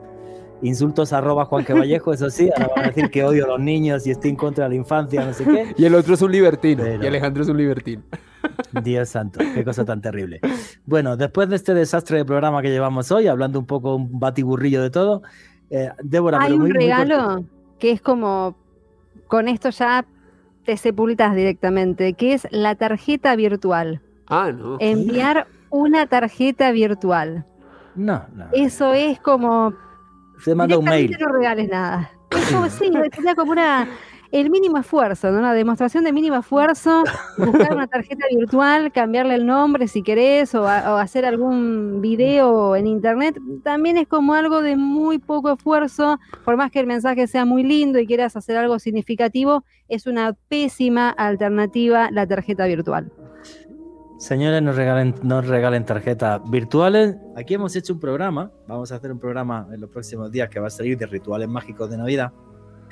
insultos @Juanje Vallejo, eso sí, ahora van a decir que odio a los niños y estoy en contra de la infancia, no sé qué. Y el otro es un libertino, y Alejandro es un libertino. Dios santo, qué cosa tan terrible. Bueno, después de este desastre de programa que llevamos hoy, hablando un poco, un batiburrillo de todo, Débora... Hay un regalo que es como, con esto ya te sepultas directamente, que es la tarjeta virtual. No. Enviar una tarjeta virtual. No. Eso es como... Se manda un mail. No regales nada. Es como, sí, sería como el mínimo esfuerzo, ¿no? Una demostración de mínimo esfuerzo, buscar una tarjeta virtual, cambiarle el nombre si querés, o hacer algún video en internet, también es como algo de muy poco esfuerzo. Por más que el mensaje sea muy lindo y quieras hacer algo significativo, es una pésima alternativa la tarjeta virtual. Señores, nos regalen tarjetas virtuales. Aquí hemos hecho un programa, vamos a hacer un programa en los próximos días que va a salir de rituales mágicos de Navidad.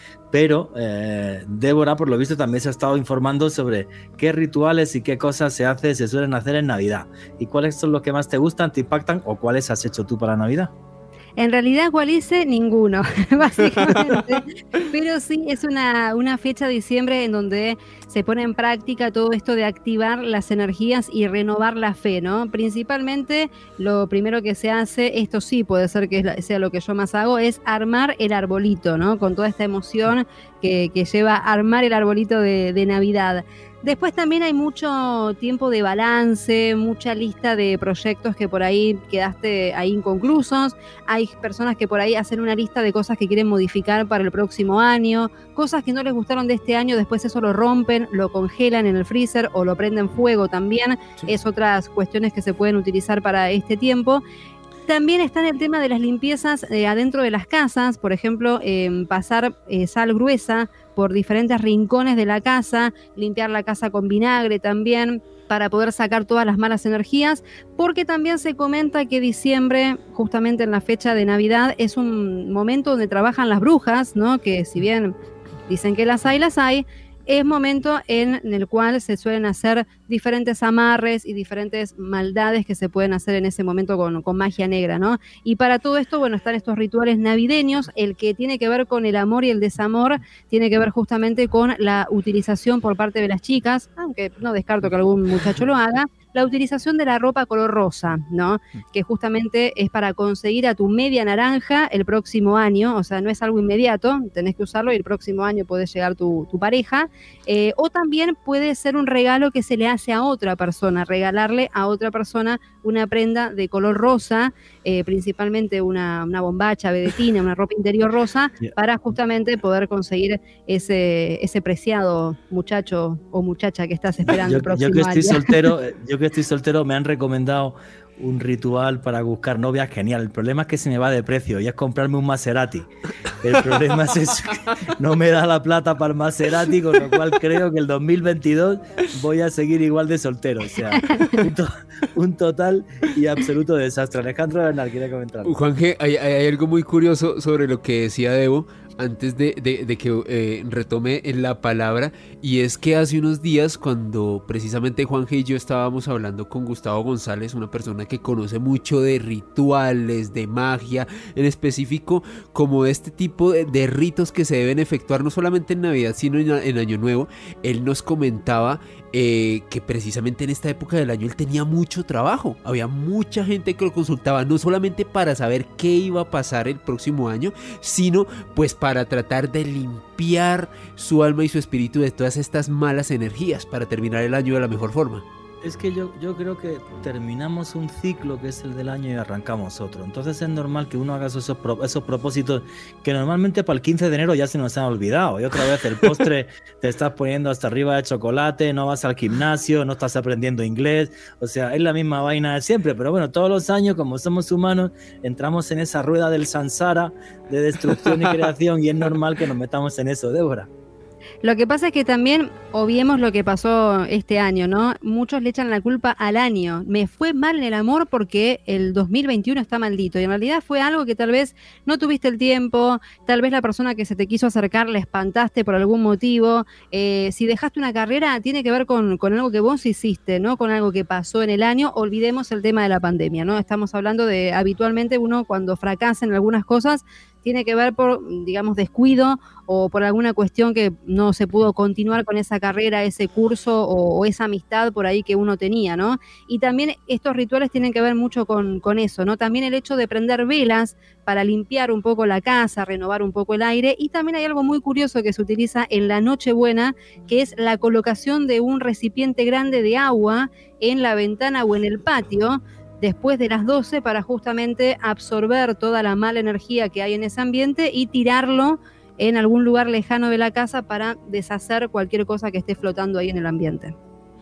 pero Débora, por lo visto, también se ha estado informando sobre qué rituales y qué cosas se suelen hacer en Navidad. ¿Y cuáles son los que más te gustan, te impactan o cuáles has hecho tú para Navidad? En realidad, ¿cuál hice? Ninguno, básicamente. Pero sí, es una fecha de diciembre en donde se pone en práctica todo esto de activar las energías y renovar la fe, ¿no? Principalmente, lo primero que se hace, esto sí puede ser que sea lo que yo más hago, es armar el arbolito, ¿no? Con toda esta emoción que lleva a armar el arbolito de Navidad. Después también hay mucho tiempo de balance, mucha lista de proyectos que por ahí quedaste ahí inconclusos. Hay personas que por ahí hacen una lista de cosas que quieren modificar para el próximo año, cosas que no les gustaron de este año, después eso lo rompen, lo congelan en el freezer o lo prenden fuego también. Sí. Es otras cuestiones que se pueden utilizar para este tiempo. También está en el tema de las limpiezas adentro de las casas, por ejemplo, pasar sal gruesa por diferentes rincones de la casa, limpiar la casa con vinagre también, para poder sacar todas las malas energías, porque también se comenta que diciembre, justamente en la fecha de Navidad, es un momento donde trabajan las brujas, ¿no? Que si bien dicen que las hay, es momento en el cual se suelen hacer diferentes amarres y diferentes maldades que se pueden hacer en ese momento con magia negra, ¿no? Y para todo esto, bueno, están estos rituales navideños. El que tiene que ver con el amor y el desamor tiene que ver justamente con la utilización por parte de las chicas, aunque no descarto que algún muchacho lo haga, la utilización de la ropa color rosa, ¿no? Que justamente es para conseguir a tu media naranja el próximo año, o sea, no es algo inmediato, tenés que usarlo y el próximo año puede llegar tu pareja, o también puede ser un regalo que se le hace a otra persona, regalarle a otra persona una prenda de color rosa, principalmente una bombacha, vedetina, una ropa interior rosa, para justamente poder conseguir ese preciado muchacho o muchacha que estás esperando el próximo año. Yo que estoy soltero me han recomendado un ritual para buscar novia genial. El problema es que se me va de precio y es comprarme un Maserati. El problema es eso, no me da la plata para el Maserati, con lo cual creo que el 2022 voy a seguir igual de soltero. O sea, un total y absoluto desastre. Alejandro Bernal quiere comentar. Juanje, hay algo muy curioso sobre lo que decía Debo antes de que retome la palabra, y es que hace unos días, cuando precisamente Juanje y yo estábamos hablando con Gustavo González, una persona que conoce mucho de rituales, de magia, en específico como este tipo de ritos que se deben efectuar no solamente en Navidad sino en Año Nuevo, él nos comentaba que precisamente en esta época del año él tenía mucho trabajo, había mucha gente que lo consultaba, no solamente para saber qué iba a pasar el próximo año, sino pues para tratar de limpiar su alma y su espíritu de todas estas malas energías para terminar el año de la mejor forma. Es que yo creo que terminamos un ciclo que es el del año y arrancamos otro. Entonces es normal que uno haga esos propósitos que normalmente para el 15 de enero ya se nos han olvidado. Y otra vez el postre te estás poniendo hasta arriba de chocolate, no vas al gimnasio, no estás aprendiendo inglés. O sea, es la misma vaina de siempre. Pero bueno, todos los años, como somos humanos, entramos en esa rueda del samsara de destrucción y creación y es normal que nos metamos en eso, Débora. Lo que pasa es que también obviemos lo que pasó este año, ¿no? Muchos le echan la culpa al año. Me fue mal en el amor porque el 2021 está maldito. Y en realidad fue algo que tal vez no tuviste el tiempo, tal vez la persona que se te quiso acercar la espantaste por algún motivo. Si dejaste una carrera, tiene que ver con algo que vos hiciste, ¿no? Con algo que pasó en el año. Olvidemos el tema de la pandemia, ¿no? Estamos hablando de, habitualmente uno cuando fracasa en algunas cosas, tiene que ver por, digamos, descuido o por alguna cuestión que no se pudo continuar con esa carrera, ese curso o esa amistad por ahí que uno tenía, ¿no? Y también estos rituales tienen que ver mucho con eso, ¿no? También el hecho de prender velas para limpiar un poco la casa, renovar un poco el aire, y también hay algo muy curioso que se utiliza en la Nochebuena, que es la colocación de un recipiente grande de agua en la ventana o en el patio, después de las 12 para justamente absorber toda la mala energía que hay en ese ambiente y tirarlo en algún lugar lejano de la casa para deshacer cualquier cosa que esté flotando ahí en el ambiente.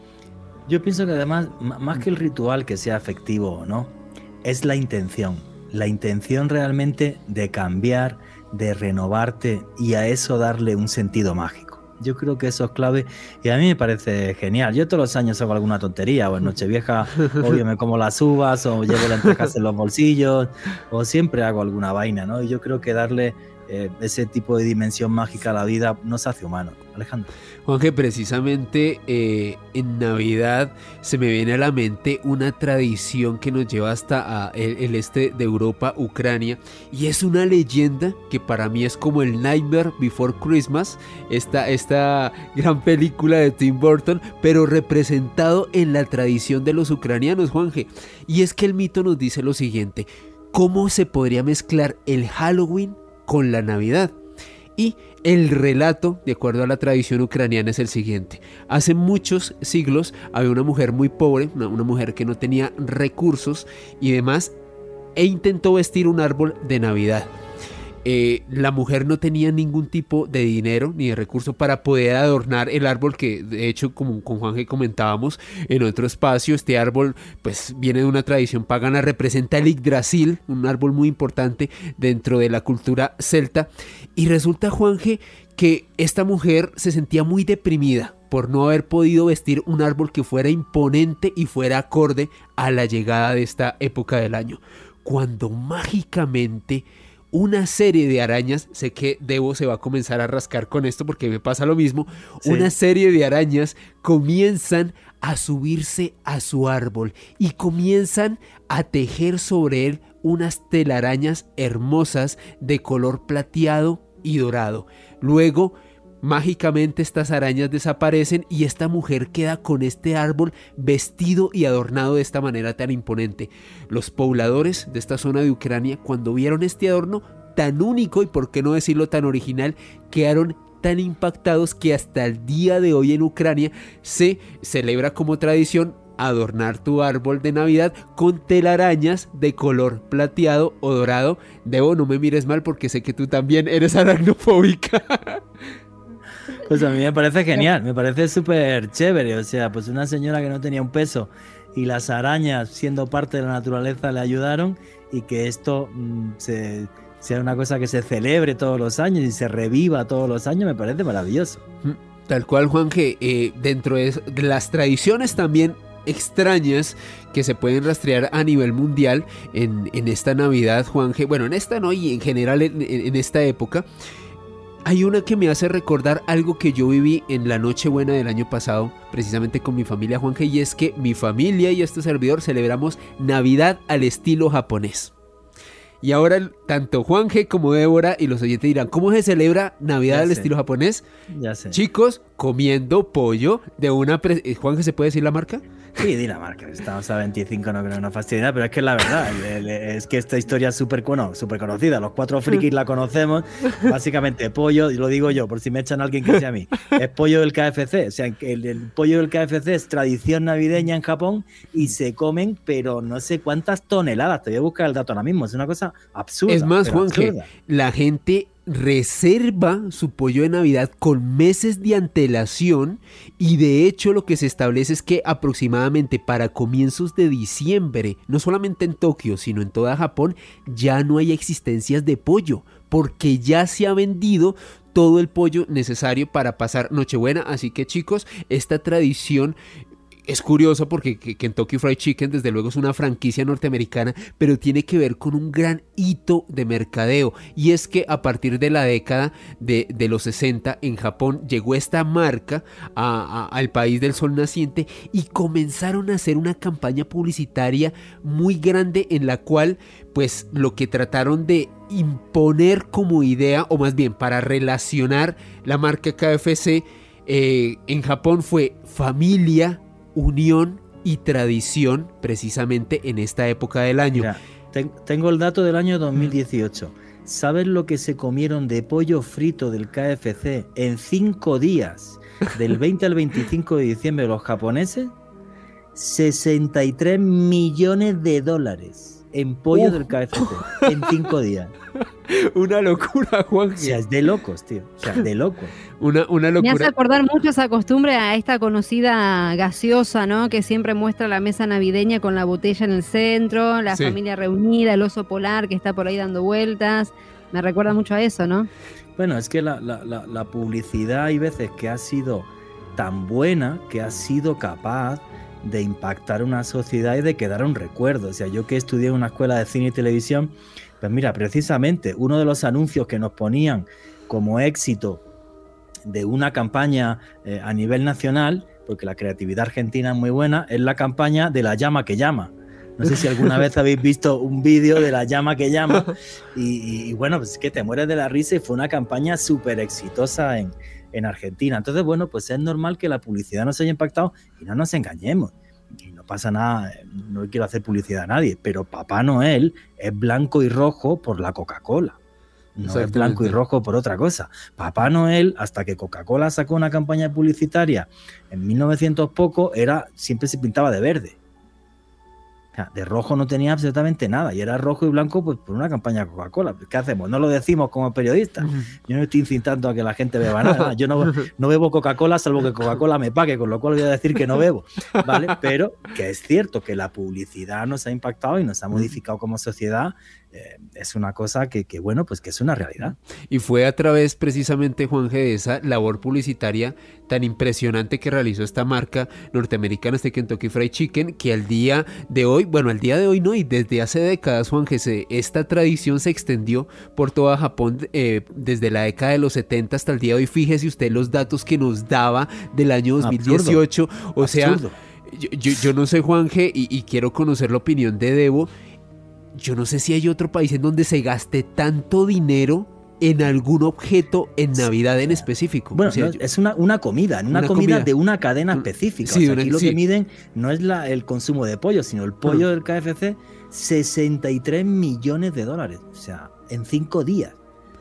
Yo pienso que además, más que el ritual que sea efectivo, ¿no? Es la intención realmente de cambiar, de renovarte y a eso darle un sentido mágico. Yo creo que eso es clave y a mí me parece genial. Yo todos los años hago alguna tontería, o en Nochevieja obvio me como las uvas o llevo lentejas en los bolsillos o siempre hago alguna vaina, ¿no? Y yo creo que darle ese tipo de dimensión mágica a la vida nos hace humanos. Alejandro. Juanje, precisamente en Navidad se me viene a la mente una tradición que nos lleva hasta el este de Europa, Ucrania, y es una leyenda que para mí es como el Nightmare Before Christmas, esta gran película de Tim Burton, pero representado en la tradición de los ucranianos, Juanje. Y es que el mito nos dice lo siguiente: ¿cómo se podría mezclar el Halloween con la Navidad? Y el relato, de acuerdo a la tradición ucraniana, es el siguiente. Hace muchos siglos había una mujer muy pobre, una mujer que no tenía recursos y demás, e intentó vestir un árbol de Navidad. La mujer no tenía ningún tipo de dinero ni de recurso para poder adornar el árbol, que de hecho, como con Juanje comentábamos en otro espacio, este árbol pues viene de una tradición pagana, representa el Yggdrasil, un árbol muy importante dentro de la cultura celta, y resulta, Juanje, que esta mujer se sentía muy deprimida por no haber podido vestir un árbol que fuera imponente y fuera acorde a la llegada de esta época del año, cuando mágicamente una serie de arañas, sé que Debo se va a comenzar a rascar con esto porque me pasa lo mismo, sí. Una serie de arañas comienzan a subirse a su árbol y comienzan a tejer sobre él unas telarañas hermosas de color plateado y dorado. Luego, mágicamente estas arañas desaparecen y esta mujer queda con este árbol vestido y adornado de esta manera tan imponente. Los pobladores de esta zona de Ucrania, cuando vieron este adorno tan único y por qué no decirlo tan original, quedaron tan impactados que hasta el día de hoy en Ucrania se celebra como tradición adornar tu árbol de Navidad con telarañas de color plateado o dorado. Debo, no me mires mal porque sé que tú también eres aracnofóbica. Pues a mí me parece genial, me parece súper chévere. O sea, pues una señora que no tenía un peso y las arañas, siendo parte de la naturaleza, le ayudaron, y que esto sea una cosa que se celebre todos los años y se reviva todos los años, me parece maravilloso. Tal cual, Juanje, dentro de las tradiciones también extrañas que se pueden rastrear a nivel mundial en esta Navidad, Juanje, bueno, en esta no, y en general en esta época, hay una que me hace recordar algo que yo viví en la Nochebuena del año pasado, precisamente con mi familia, Juanje, y es que mi familia y este servidor celebramos Navidad al estilo japonés. Y ahora tanto Juanje como Débora y los oyentes dirán, ¿cómo se celebra Navidad al estilo japonés? Ya sé. Chicos, comiendo pollo de una... ¿Juanje, se puede decir la marca? Sí, di la marca. Estamos a 25, no creo que nos fastidie nada, pero es que es la verdad. Es que esta historia es súper conocida. Los 4 frikis la conocemos. Básicamente, pollo, y lo digo yo, por si me echan a alguien que sea a mí, es pollo del KFC. O sea, el pollo del KFC es tradición navideña en Japón y se comen, pero no sé cuántas toneladas. Te voy a buscar el dato ahora mismo. Es una cosa absurda. Es más, Juanje, la gente reserva su pollo de Navidad con meses de antelación, y de hecho lo que se establece es que aproximadamente para comienzos de diciembre, no solamente en Tokio sino en toda Japón, ya no hay existencias de pollo porque ya se ha vendido todo el pollo necesario para pasar Nochebuena. Así que, chicos, esta tradición es curioso porque Kentucky Fried Chicken desde luego es una franquicia norteamericana, pero tiene que ver con un gran hito de mercadeo, y es que a partir de la década de los 60 en Japón llegó esta marca al país del sol naciente y comenzaron a hacer una campaña publicitaria muy grande en la cual pues lo que trataron de imponer como idea, o más bien para relacionar la marca KFC en Japón, fue familia, unión y tradición, precisamente en esta época del año. Mira, tengo el dato del año 2018. ¿Sabes lo que se comieron de pollo frito del KFC en 5 días, del 20 al 25 de diciembre, los japoneses? 63 millones de dólares en pollo del KFC en 5 días. Una locura, Juan. O sea, es de locos, tío. O sea, de locos. Una locura. Me hace acordar mucho esa costumbre a esta conocida gaseosa, ¿no? Que siempre muestra la mesa navideña con la botella en el centro, la familia reunida, el oso polar que está por ahí dando vueltas. Me recuerda mucho a eso, ¿no? Bueno, es que la publicidad hay veces que ha sido tan buena que ha sido capaz de impactar una sociedad y de quedar un recuerdo. O sea, yo que estudié en una escuela de cine y televisión, pues mira, precisamente uno de los anuncios que nos ponían como éxito de una campaña a nivel nacional, porque la creatividad argentina es muy buena, es la campaña de La llama que llama. No sé si alguna vez habéis visto un vídeo de La llama que llama y bueno, pues es que te mueres de la risa y fue una campaña súper exitosa en Argentina. Entonces, bueno, pues es normal que la publicidad nos haya impactado y no nos engañemos. Y no pasa nada, no quiero hacer publicidad a nadie, pero Papá Noel es blanco y rojo por la Coca-Cola. No es blanco y rojo por otra cosa. Papá Noel, hasta que Coca-Cola sacó una campaña publicitaria en 1900 poco, siempre se pintaba de verde. O sea, de rojo no tenía absolutamente nada y era rojo y blanco pues por una campaña de Coca-Cola. ¿Qué hacemos? No lo decimos como periodistas. Yo no estoy incitando a que la gente beba nada. Yo no bebo Coca-Cola salvo que Coca-Cola me pague, con lo cual voy a decir que no bebo, ¿vale? Pero que es cierto que la publicidad nos ha impactado y nos ha modificado como sociedad. Es una cosa que bueno, pues que es una realidad. Y fue a través precisamente, Juanje, de esa labor publicitaria tan impresionante que realizó esta marca norteamericana, Kentucky Fried Chicken, que al día de hoy no, y desde hace décadas, Juanje, esta tradición se extendió por toda Japón desde la década de los 70 hasta el día de hoy. Fíjese usted los datos que nos daba del año 2018. Absurdo. O sea, yo no sé, Juanje, y quiero conocer la opinión de Debo. Yo no sé si hay otro país en donde se gaste tanto dinero en algún objeto en Navidad en específico. Bueno, o sea, es una comida, una comida de una cadena específica. Sí, o sea, aquí lo que miden no es el consumo de pollo, sino el pollo del KFC, $63 millones. O sea, en 5 días.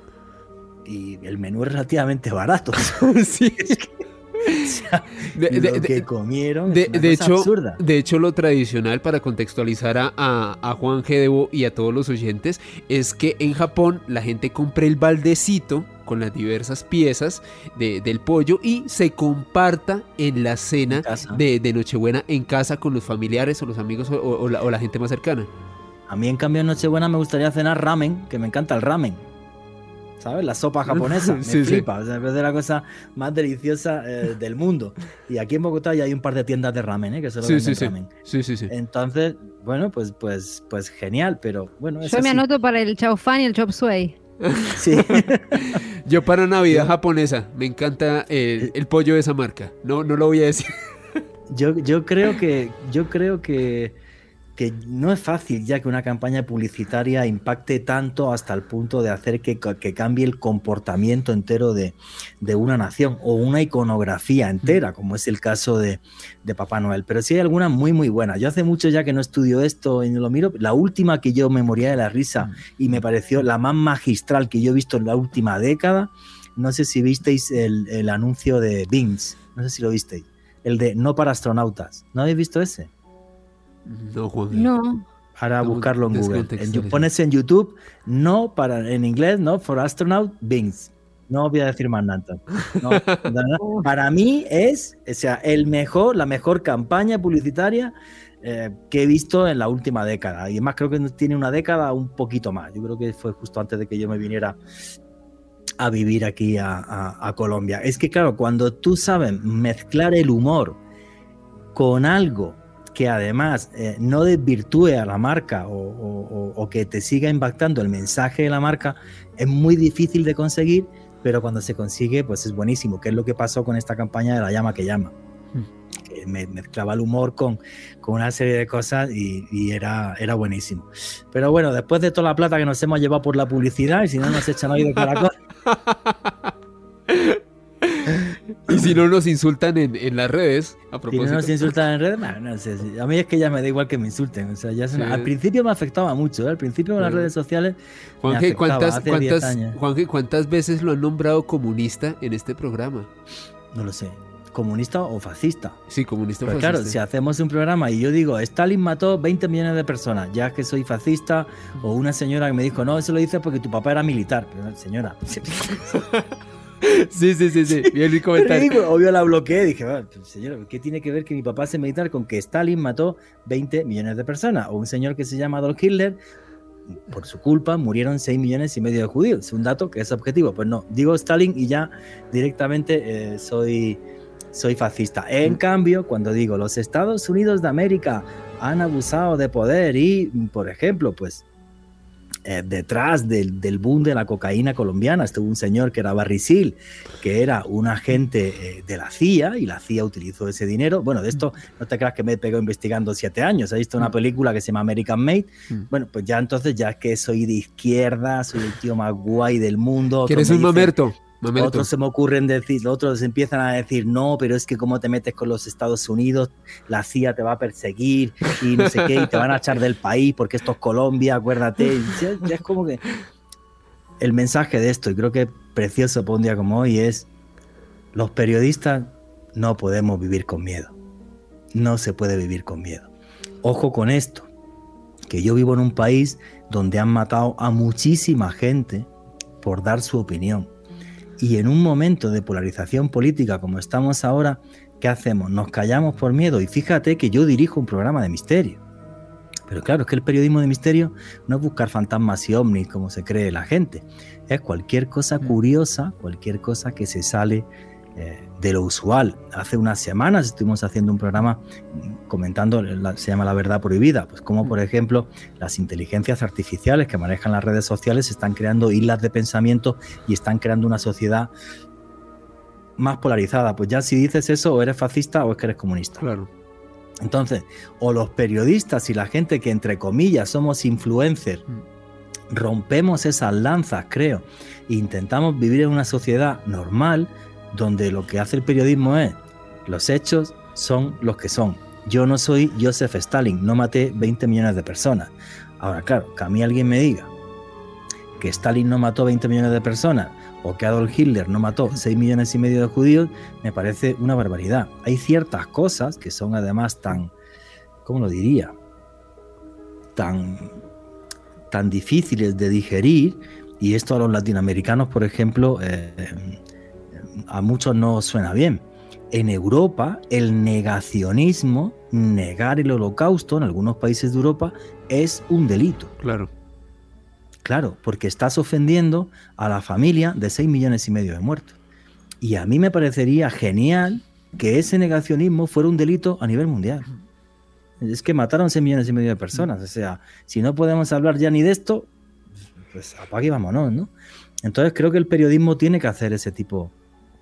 Y el menú es relativamente barato. Sí. O sea, lo que comieron es una cosa absurda. De hecho, lo tradicional, para contextualizar a Juan Gedebo y a todos los oyentes, es que en Japón la gente compra el baldecito con las diversas piezas del pollo y se comparta en la cena de Nochebuena en casa con los familiares o los amigos o la gente más cercana. A mí, en cambio, en Nochebuena me gustaría cenar ramen, que me encanta el ramen. ¿Sabes? La sopa japonesa, me flipa. O sea, me parece la cosa más deliciosa del mundo. Y aquí en Bogotá ya hay un par de tiendas de ramen, que solo venden ramen. Sí. Entonces, bueno, pues genial, pero bueno. Yo me anoto para el chao fan y el chop suey. Sí. Yo para Navidad japonesa, me encanta el pollo de esa marca. No lo voy a decir. Yo creo que no es fácil ya que una campaña publicitaria impacte tanto hasta el punto de hacer que cambie el comportamiento entero de una nación o una iconografía entera, como es el caso de Papá Noel. Pero sí hay algunas muy muy buenas. Yo hace mucho ya que no estudio esto y no lo miro. La última que yo me moría de la risa y me pareció la más magistral que yo he visto en la última década, no sé si visteis el anuncio de Bings, no sé si lo visteis, el de No para astronautas. ¿No habéis visto ese? No, Juan. No. Ahora buscarlo en Google. Pones en YouTube, en inglés, no, for astronaut, Bings. No voy a decir más nada. No, para mí es, o sea, la mejor campaña publicitaria que he visto en la última década. Y además creo que tiene una década un poquito más. Yo creo que fue justo antes de que yo me viniera a vivir aquí a Colombia. Es que claro, cuando tú sabes mezclar el humor con algo que además no desvirtúe a la marca o que te siga impactando el mensaje de la marca, es muy difícil de conseguir, pero cuando se consigue, pues es buenísimo, que es lo que pasó con esta campaña de La llama que llama. Que mezclaba el humor con una serie de cosas y era buenísimo. Pero bueno, después de toda la plata que nos hemos llevado por la publicidad, y si no nos echan hoy de caracol... Y si no nos insultan en las redes, a propósito. Si no nos insultan en redes, no sé. A mí es que ya me da igual que me insulten. O sea, al principio me afectaba mucho, Al principio con las redes sociales Juanje, ¿cuántas veces lo han nombrado comunista en este programa? No lo sé. ¿Comunista o fascista? Sí, comunista o fascista. Claro, si hacemos un programa y yo digo, Stalin mató 20 millones de personas, ya que soy fascista, o una señora que me dijo, no, eso lo dices porque tu papá era militar. Pero, señora... Sí, bien el comentario. Pero, obvio la bloqueé, dije, señor, ¿qué tiene que ver que mi papá sea militar con que Stalin mató 20 millones de personas? O un señor que se llama Adolf Hitler, por su culpa murieron 6,5 millones de judíos. Es un dato que es objetivo. Pues no, digo Stalin y ya directamente soy soy fascista. En cambio, cuando digo los Estados Unidos de América han abusado de poder y, por ejemplo, pues detrás del boom de la cocaína colombiana estuvo un señor que era Barry Seal, que era un agente de la CIA, y la CIA utilizó ese dinero. Bueno, de esto no te creas que me pegó investigando 7 años. He visto una película que se llama American Made. Bueno, pues ya entonces, ya es que soy de izquierda, soy el tío más guay del mundo. ¿Quieres un mamerto? Otros se me ocurren decir, otros empiezan a decir, no, pero es que cómo te metes con los Estados Unidos, la CIA te va a perseguir y no sé qué, y te van a echar del país porque esto es Colombia, acuérdate. Ya es como que el mensaje de esto, y creo que es precioso para un día como hoy, es: los periodistas no podemos vivir con miedo. No se puede vivir con miedo. Ojo con esto, que yo vivo en un país donde han matado a muchísima gente por dar su opinión. Y en un momento de polarización política como estamos ahora, ¿qué hacemos? Nos callamos por miedo. Y fíjate que yo dirijo un programa de misterio. Pero claro, es que el periodismo de misterio no es buscar fantasmas y ovnis como se cree la gente. Es cualquier cosa curiosa, cualquier cosa que se sale de lo usual. Hace unas semanas estuvimos haciendo un programa comentando, se llama La Verdad Prohibida, pues como por ejemplo las inteligencias artificiales que manejan las redes sociales están creando islas de pensamiento y están creando una sociedad más polarizada. Pues ya si dices eso, o eres fascista o es que eres comunista. Claro. Entonces, o los periodistas y la gente que entre comillas somos influencers rompemos esas lanzas, creo, e intentamos vivir en una sociedad normal donde lo que hace el periodismo es: los hechos son los que son. Yo no soy Joseph Stalin, no maté 20 millones de personas. Ahora, claro, que a mí alguien me diga que Stalin no mató 20 millones de personas o que Adolf Hitler no mató 6 millones y medio de judíos, me parece una barbaridad. Hay ciertas cosas que son además tan, ¿cómo lo diría?, tan difíciles de digerir, y esto a los latinoamericanos, por ejemplo, a muchos no suena bien. En Europa, el negacionismo, negar el holocausto en algunos países de Europa, es un delito. Claro, porque estás ofendiendo a la familia de 6 millones y medio de muertos. Y a mí me parecería genial que ese negacionismo fuera un delito a nivel mundial. Es que mataron 6 millones y medio de personas. O sea, si no podemos hablar ya ni de esto, pues apague y vámonos, ¿no? Entonces creo que el periodismo tiene que hacer ese tipo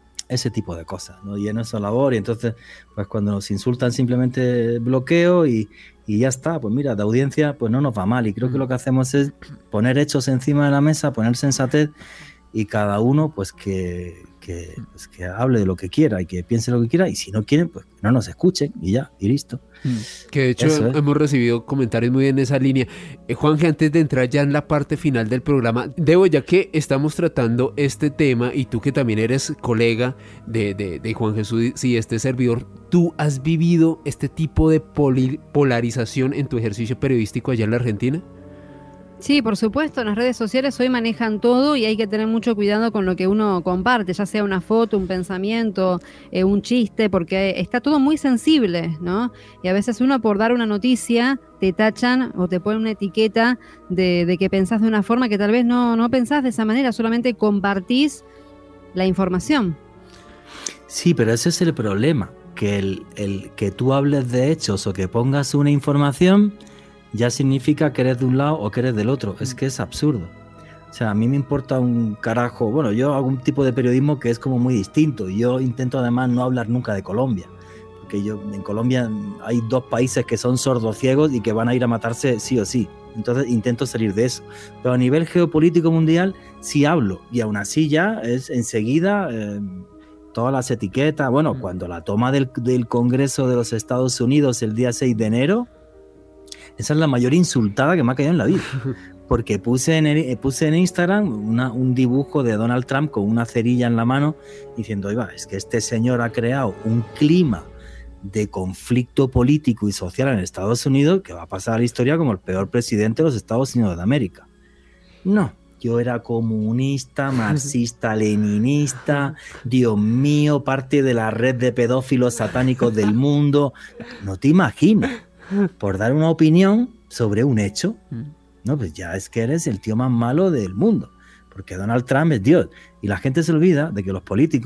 de cosas, ¿no? Y en esa labor, y entonces, pues cuando nos insultan simplemente bloqueo y ya está, pues mira, de audiencia pues no nos va mal, y creo que lo que hacemos es poner hechos encima de la mesa, poner sensatez, y cada uno pues que hable de lo que quiera y que piense lo que quiera, y si no quieren, pues no nos escuchen y ya, y listo. Que de hecho hemos recibido comentarios muy en esa línea. Juanje, antes de entrar ya en la parte final del programa, ya que estamos tratando este tema, y tú que también eres colega de Juan Jesús y este servidor, ¿tú has vivido este tipo de polarización en tu ejercicio periodístico allá en la Argentina? Sí, por supuesto, las redes sociales hoy manejan todo y hay que tener mucho cuidado con lo que uno comparte, ya sea una foto, un pensamiento, un chiste, porque está todo muy sensible, ¿no? Y a veces uno, por dar una noticia, te tachan o te ponen una etiqueta de que pensás de una forma que tal vez no pensás de esa manera, solamente compartís la información. Sí, pero ese es el problema, que el que tú hables de hechos o que pongas una información ya significa que eres de un lado o que eres del otro. Es que es absurdo. O sea, a mí me importa un carajo. Bueno, yo hago un tipo de periodismo que es como muy distinto. Yo intento además no hablar nunca de Colombia, porque en Colombia hay 2 países que son sordociegos y que van a ir a matarse sí o sí. Entonces intento salir de eso. Pero a nivel geopolítico mundial sí hablo, y aún así ya es enseguida todas las etiquetas. Bueno, cuando la toma del Congreso de los Estados Unidos el día 6 de enero, esa es la mayor insultada que me ha caído en la vida, porque puse en Instagram un dibujo de Donald Trump con una cerilla en la mano diciendo: oiga, es que este señor ha creado un clima de conflicto político y social en Estados Unidos que va a pasar a la historia como el peor presidente de los Estados Unidos de América. No, yo era comunista, marxista, leninista, Dios mío, parte de la red de pedófilos satánicos del mundo. No te imaginas. Por dar una opinión sobre un hecho, no, pues ya es que eres el tío más malo del mundo, porque Donald Trump es Dios, y la gente se olvida de que los políticos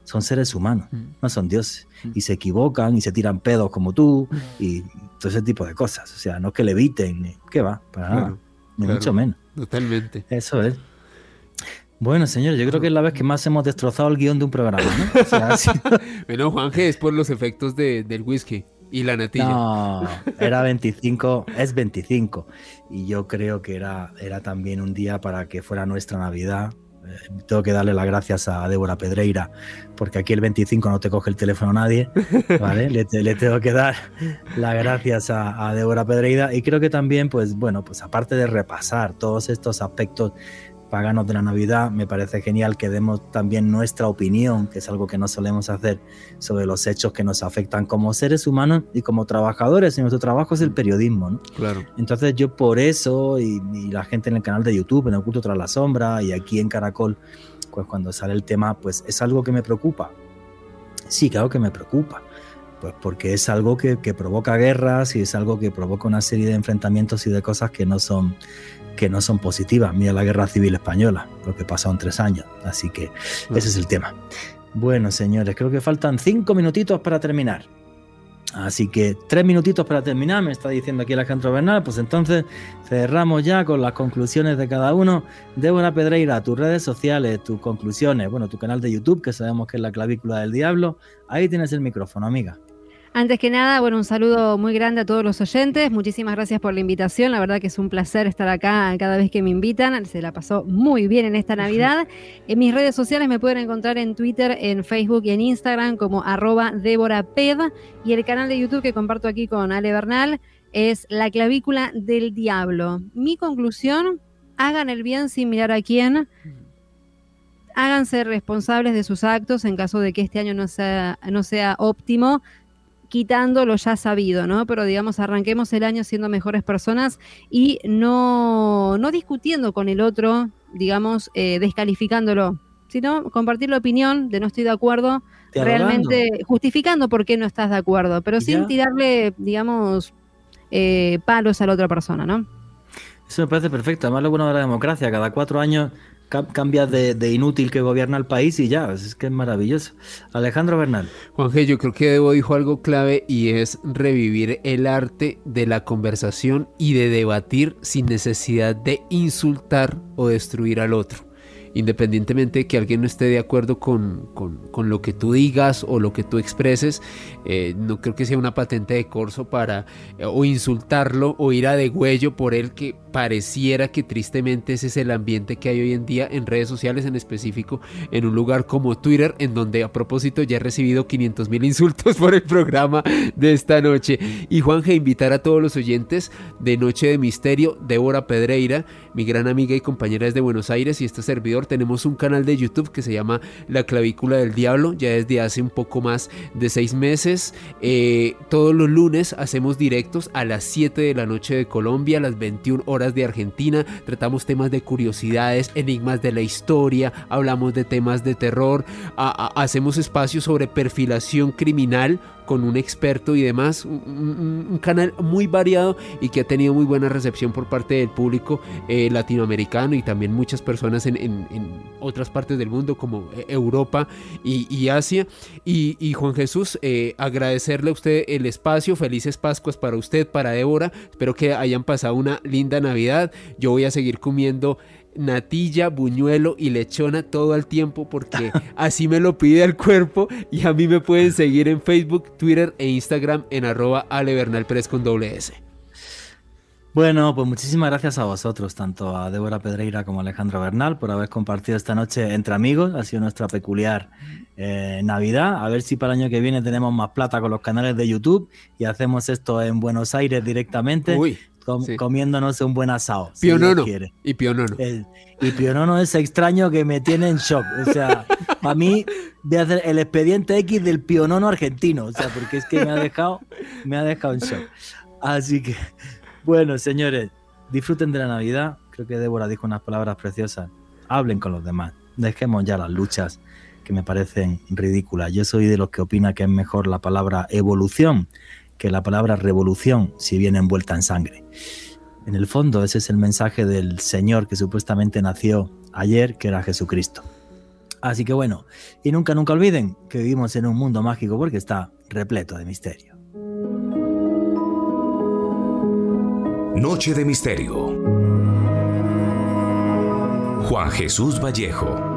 son seres humanos, no son dioses. Y se equivocan y se tiran pedos como tú y todo ese tipo de cosas. O sea, no es que leviten, ¿qué va? Para nada, ni mucho menos. Totalmente. Eso es. Bueno, señor, yo creo que es la vez que más hemos destrozado el guión de un programa, ¿no? O sea, Bueno, Juanje, es por los efectos del whisky y la natilla. No, era 25, es 25. Y yo creo que era también un día para que fuera nuestra Navidad. Tengo que darle las gracias a Débora Pedreira, porque aquí el 25 no te coge el teléfono nadie, ¿vale? Le tengo que dar las gracias a Débora Pedreira. Y creo que también, pues bueno, pues aparte de repasar todos estos aspectos paganos de la Navidad, me parece genial que demos también nuestra opinión, que es algo que no solemos hacer, sobre los hechos que nos afectan como seres humanos y como trabajadores. Y nuestro trabajo es el periodismo, ¿no? Claro. Entonces yo por eso, y la gente en el canal de YouTube, en Oculto Tras la Sombra, y aquí en Caracol, pues cuando sale el tema, pues es algo que me preocupa. Sí, claro que me preocupa. Pues porque es algo que provoca guerras y es algo que provoca una serie de enfrentamientos y de cosas que no son positivas. Mira la Guerra Civil Española, lo que pasó en 3 años. Así que ese es el tema. Bueno, señores, creo que faltan 5 minutitos para terminar. Así que 3 minutitos para terminar, me está diciendo aquí Alejandro Bernal. Pues entonces cerramos ya con las conclusiones de cada uno. Débora Pedreira, tus redes sociales, tus conclusiones, bueno, tu canal de YouTube, que sabemos que es la clavícula del diablo. Ahí tienes el micrófono, amiga. Antes que nada, bueno, un saludo muy grande a todos los oyentes. Muchísimas gracias por la invitación. La verdad que es un placer estar acá cada vez que me invitan. Se la pasó muy bien en esta Navidad. En mis redes sociales me pueden encontrar en Twitter, en Facebook y en Instagram como @DéboraPed. Y el canal de YouTube que comparto aquí con Ale Bernal es La Clavícula del Diablo. Mi conclusión, hagan el bien sin mirar a quién. Háganse responsables de sus actos en caso de que este año no sea óptimo, quitando lo ya sabido, ¿no? Pero digamos, arranquemos el año siendo mejores personas y no discutiendo con el otro, digamos, descalificándolo, sino compartir la opinión de no estoy de acuerdo, realmente justificando por qué no estás de acuerdo, pero sin tirarle, digamos, palos a la otra persona, ¿no? Eso me parece perfecto. Además, lo bueno de la democracia, cada 4 años cambias de inútil que gobierna el país y ya, es que es maravilloso. Alejandro Bernal. Juanje, yo creo que Debo dijo algo clave y es revivir el arte de la conversación y de debatir sin necesidad de insultar o destruir al otro. Independientemente de que alguien no esté de acuerdo con lo que tú digas o lo que tú expreses, no creo que sea una patente de corso para o insultarlo o ir a degüello por él, que pareciera que tristemente ese es el ambiente que hay hoy en día en redes sociales, en específico en un lugar como Twitter, en donde a propósito ya he recibido 500,000 insultos por el programa de esta noche. Y Juanje, invitar a todos los oyentes de Noche de Misterio, Débora Pedreira, mi gran amiga y compañera desde Buenos Aires, y este servidor, tenemos un canal de YouTube que se llama La Clavícula del Diablo, ya desde hace un poco más de 6 meses. Todos los lunes hacemos directos a las 7 de la noche de Colombia, a las 21 horas de Argentina. Tratamos temas de curiosidades, enigmas de la historia, hablamos de temas de terror, hacemos espacios sobre perfilación criminal con un experto y demás, un canal muy variado y que ha tenido muy buena recepción por parte del público latinoamericano y también muchas personas en otras partes del mundo como Europa y Asia. Y Juan Jesús, agradecerle a usted el espacio. Felices Pascuas para usted, para Débora. Espero que hayan pasado una linda Navidad. Yo voy a seguir comiendo natilla, buñuelo y lechona todo el tiempo porque así me lo pide el cuerpo. Y a mí me pueden seguir en Facebook, Twitter e Instagram en @alebernalpress con ¡S! Bueno, pues muchísimas gracias a vosotros, tanto a Débora Pedreira como a Alejandro Bernal, por haber compartido esta noche entre amigos. Ha sido nuestra peculiar Navidad. A ver si para el año que viene tenemos más plata con los canales de YouTube y hacemos esto en Buenos Aires directamente. Sí. Comiéndonos un buen asado. Pionono. Si y Pionono. Y Pionono es extraño que me tiene en shock. O sea, para mí voy a hacer el expediente X del Pionono argentino. O sea, porque es que me ha dejado en shock. Así que, bueno, señores, disfruten de la Navidad. Creo que Débora dijo unas palabras preciosas. Hablen con los demás. Dejemos ya las luchas que me parecen ridículas. Yo soy de los que opina que es mejor la palabra evolución que la palabra revolución si viene envuelta en sangre. En el fondo ese es el mensaje del Señor que supuestamente nació ayer, que era Jesucristo. Así que bueno, y nunca olviden que vivimos en un mundo mágico porque está repleto de misterio. Noche de Misterio. Juan Jesús Vallejo.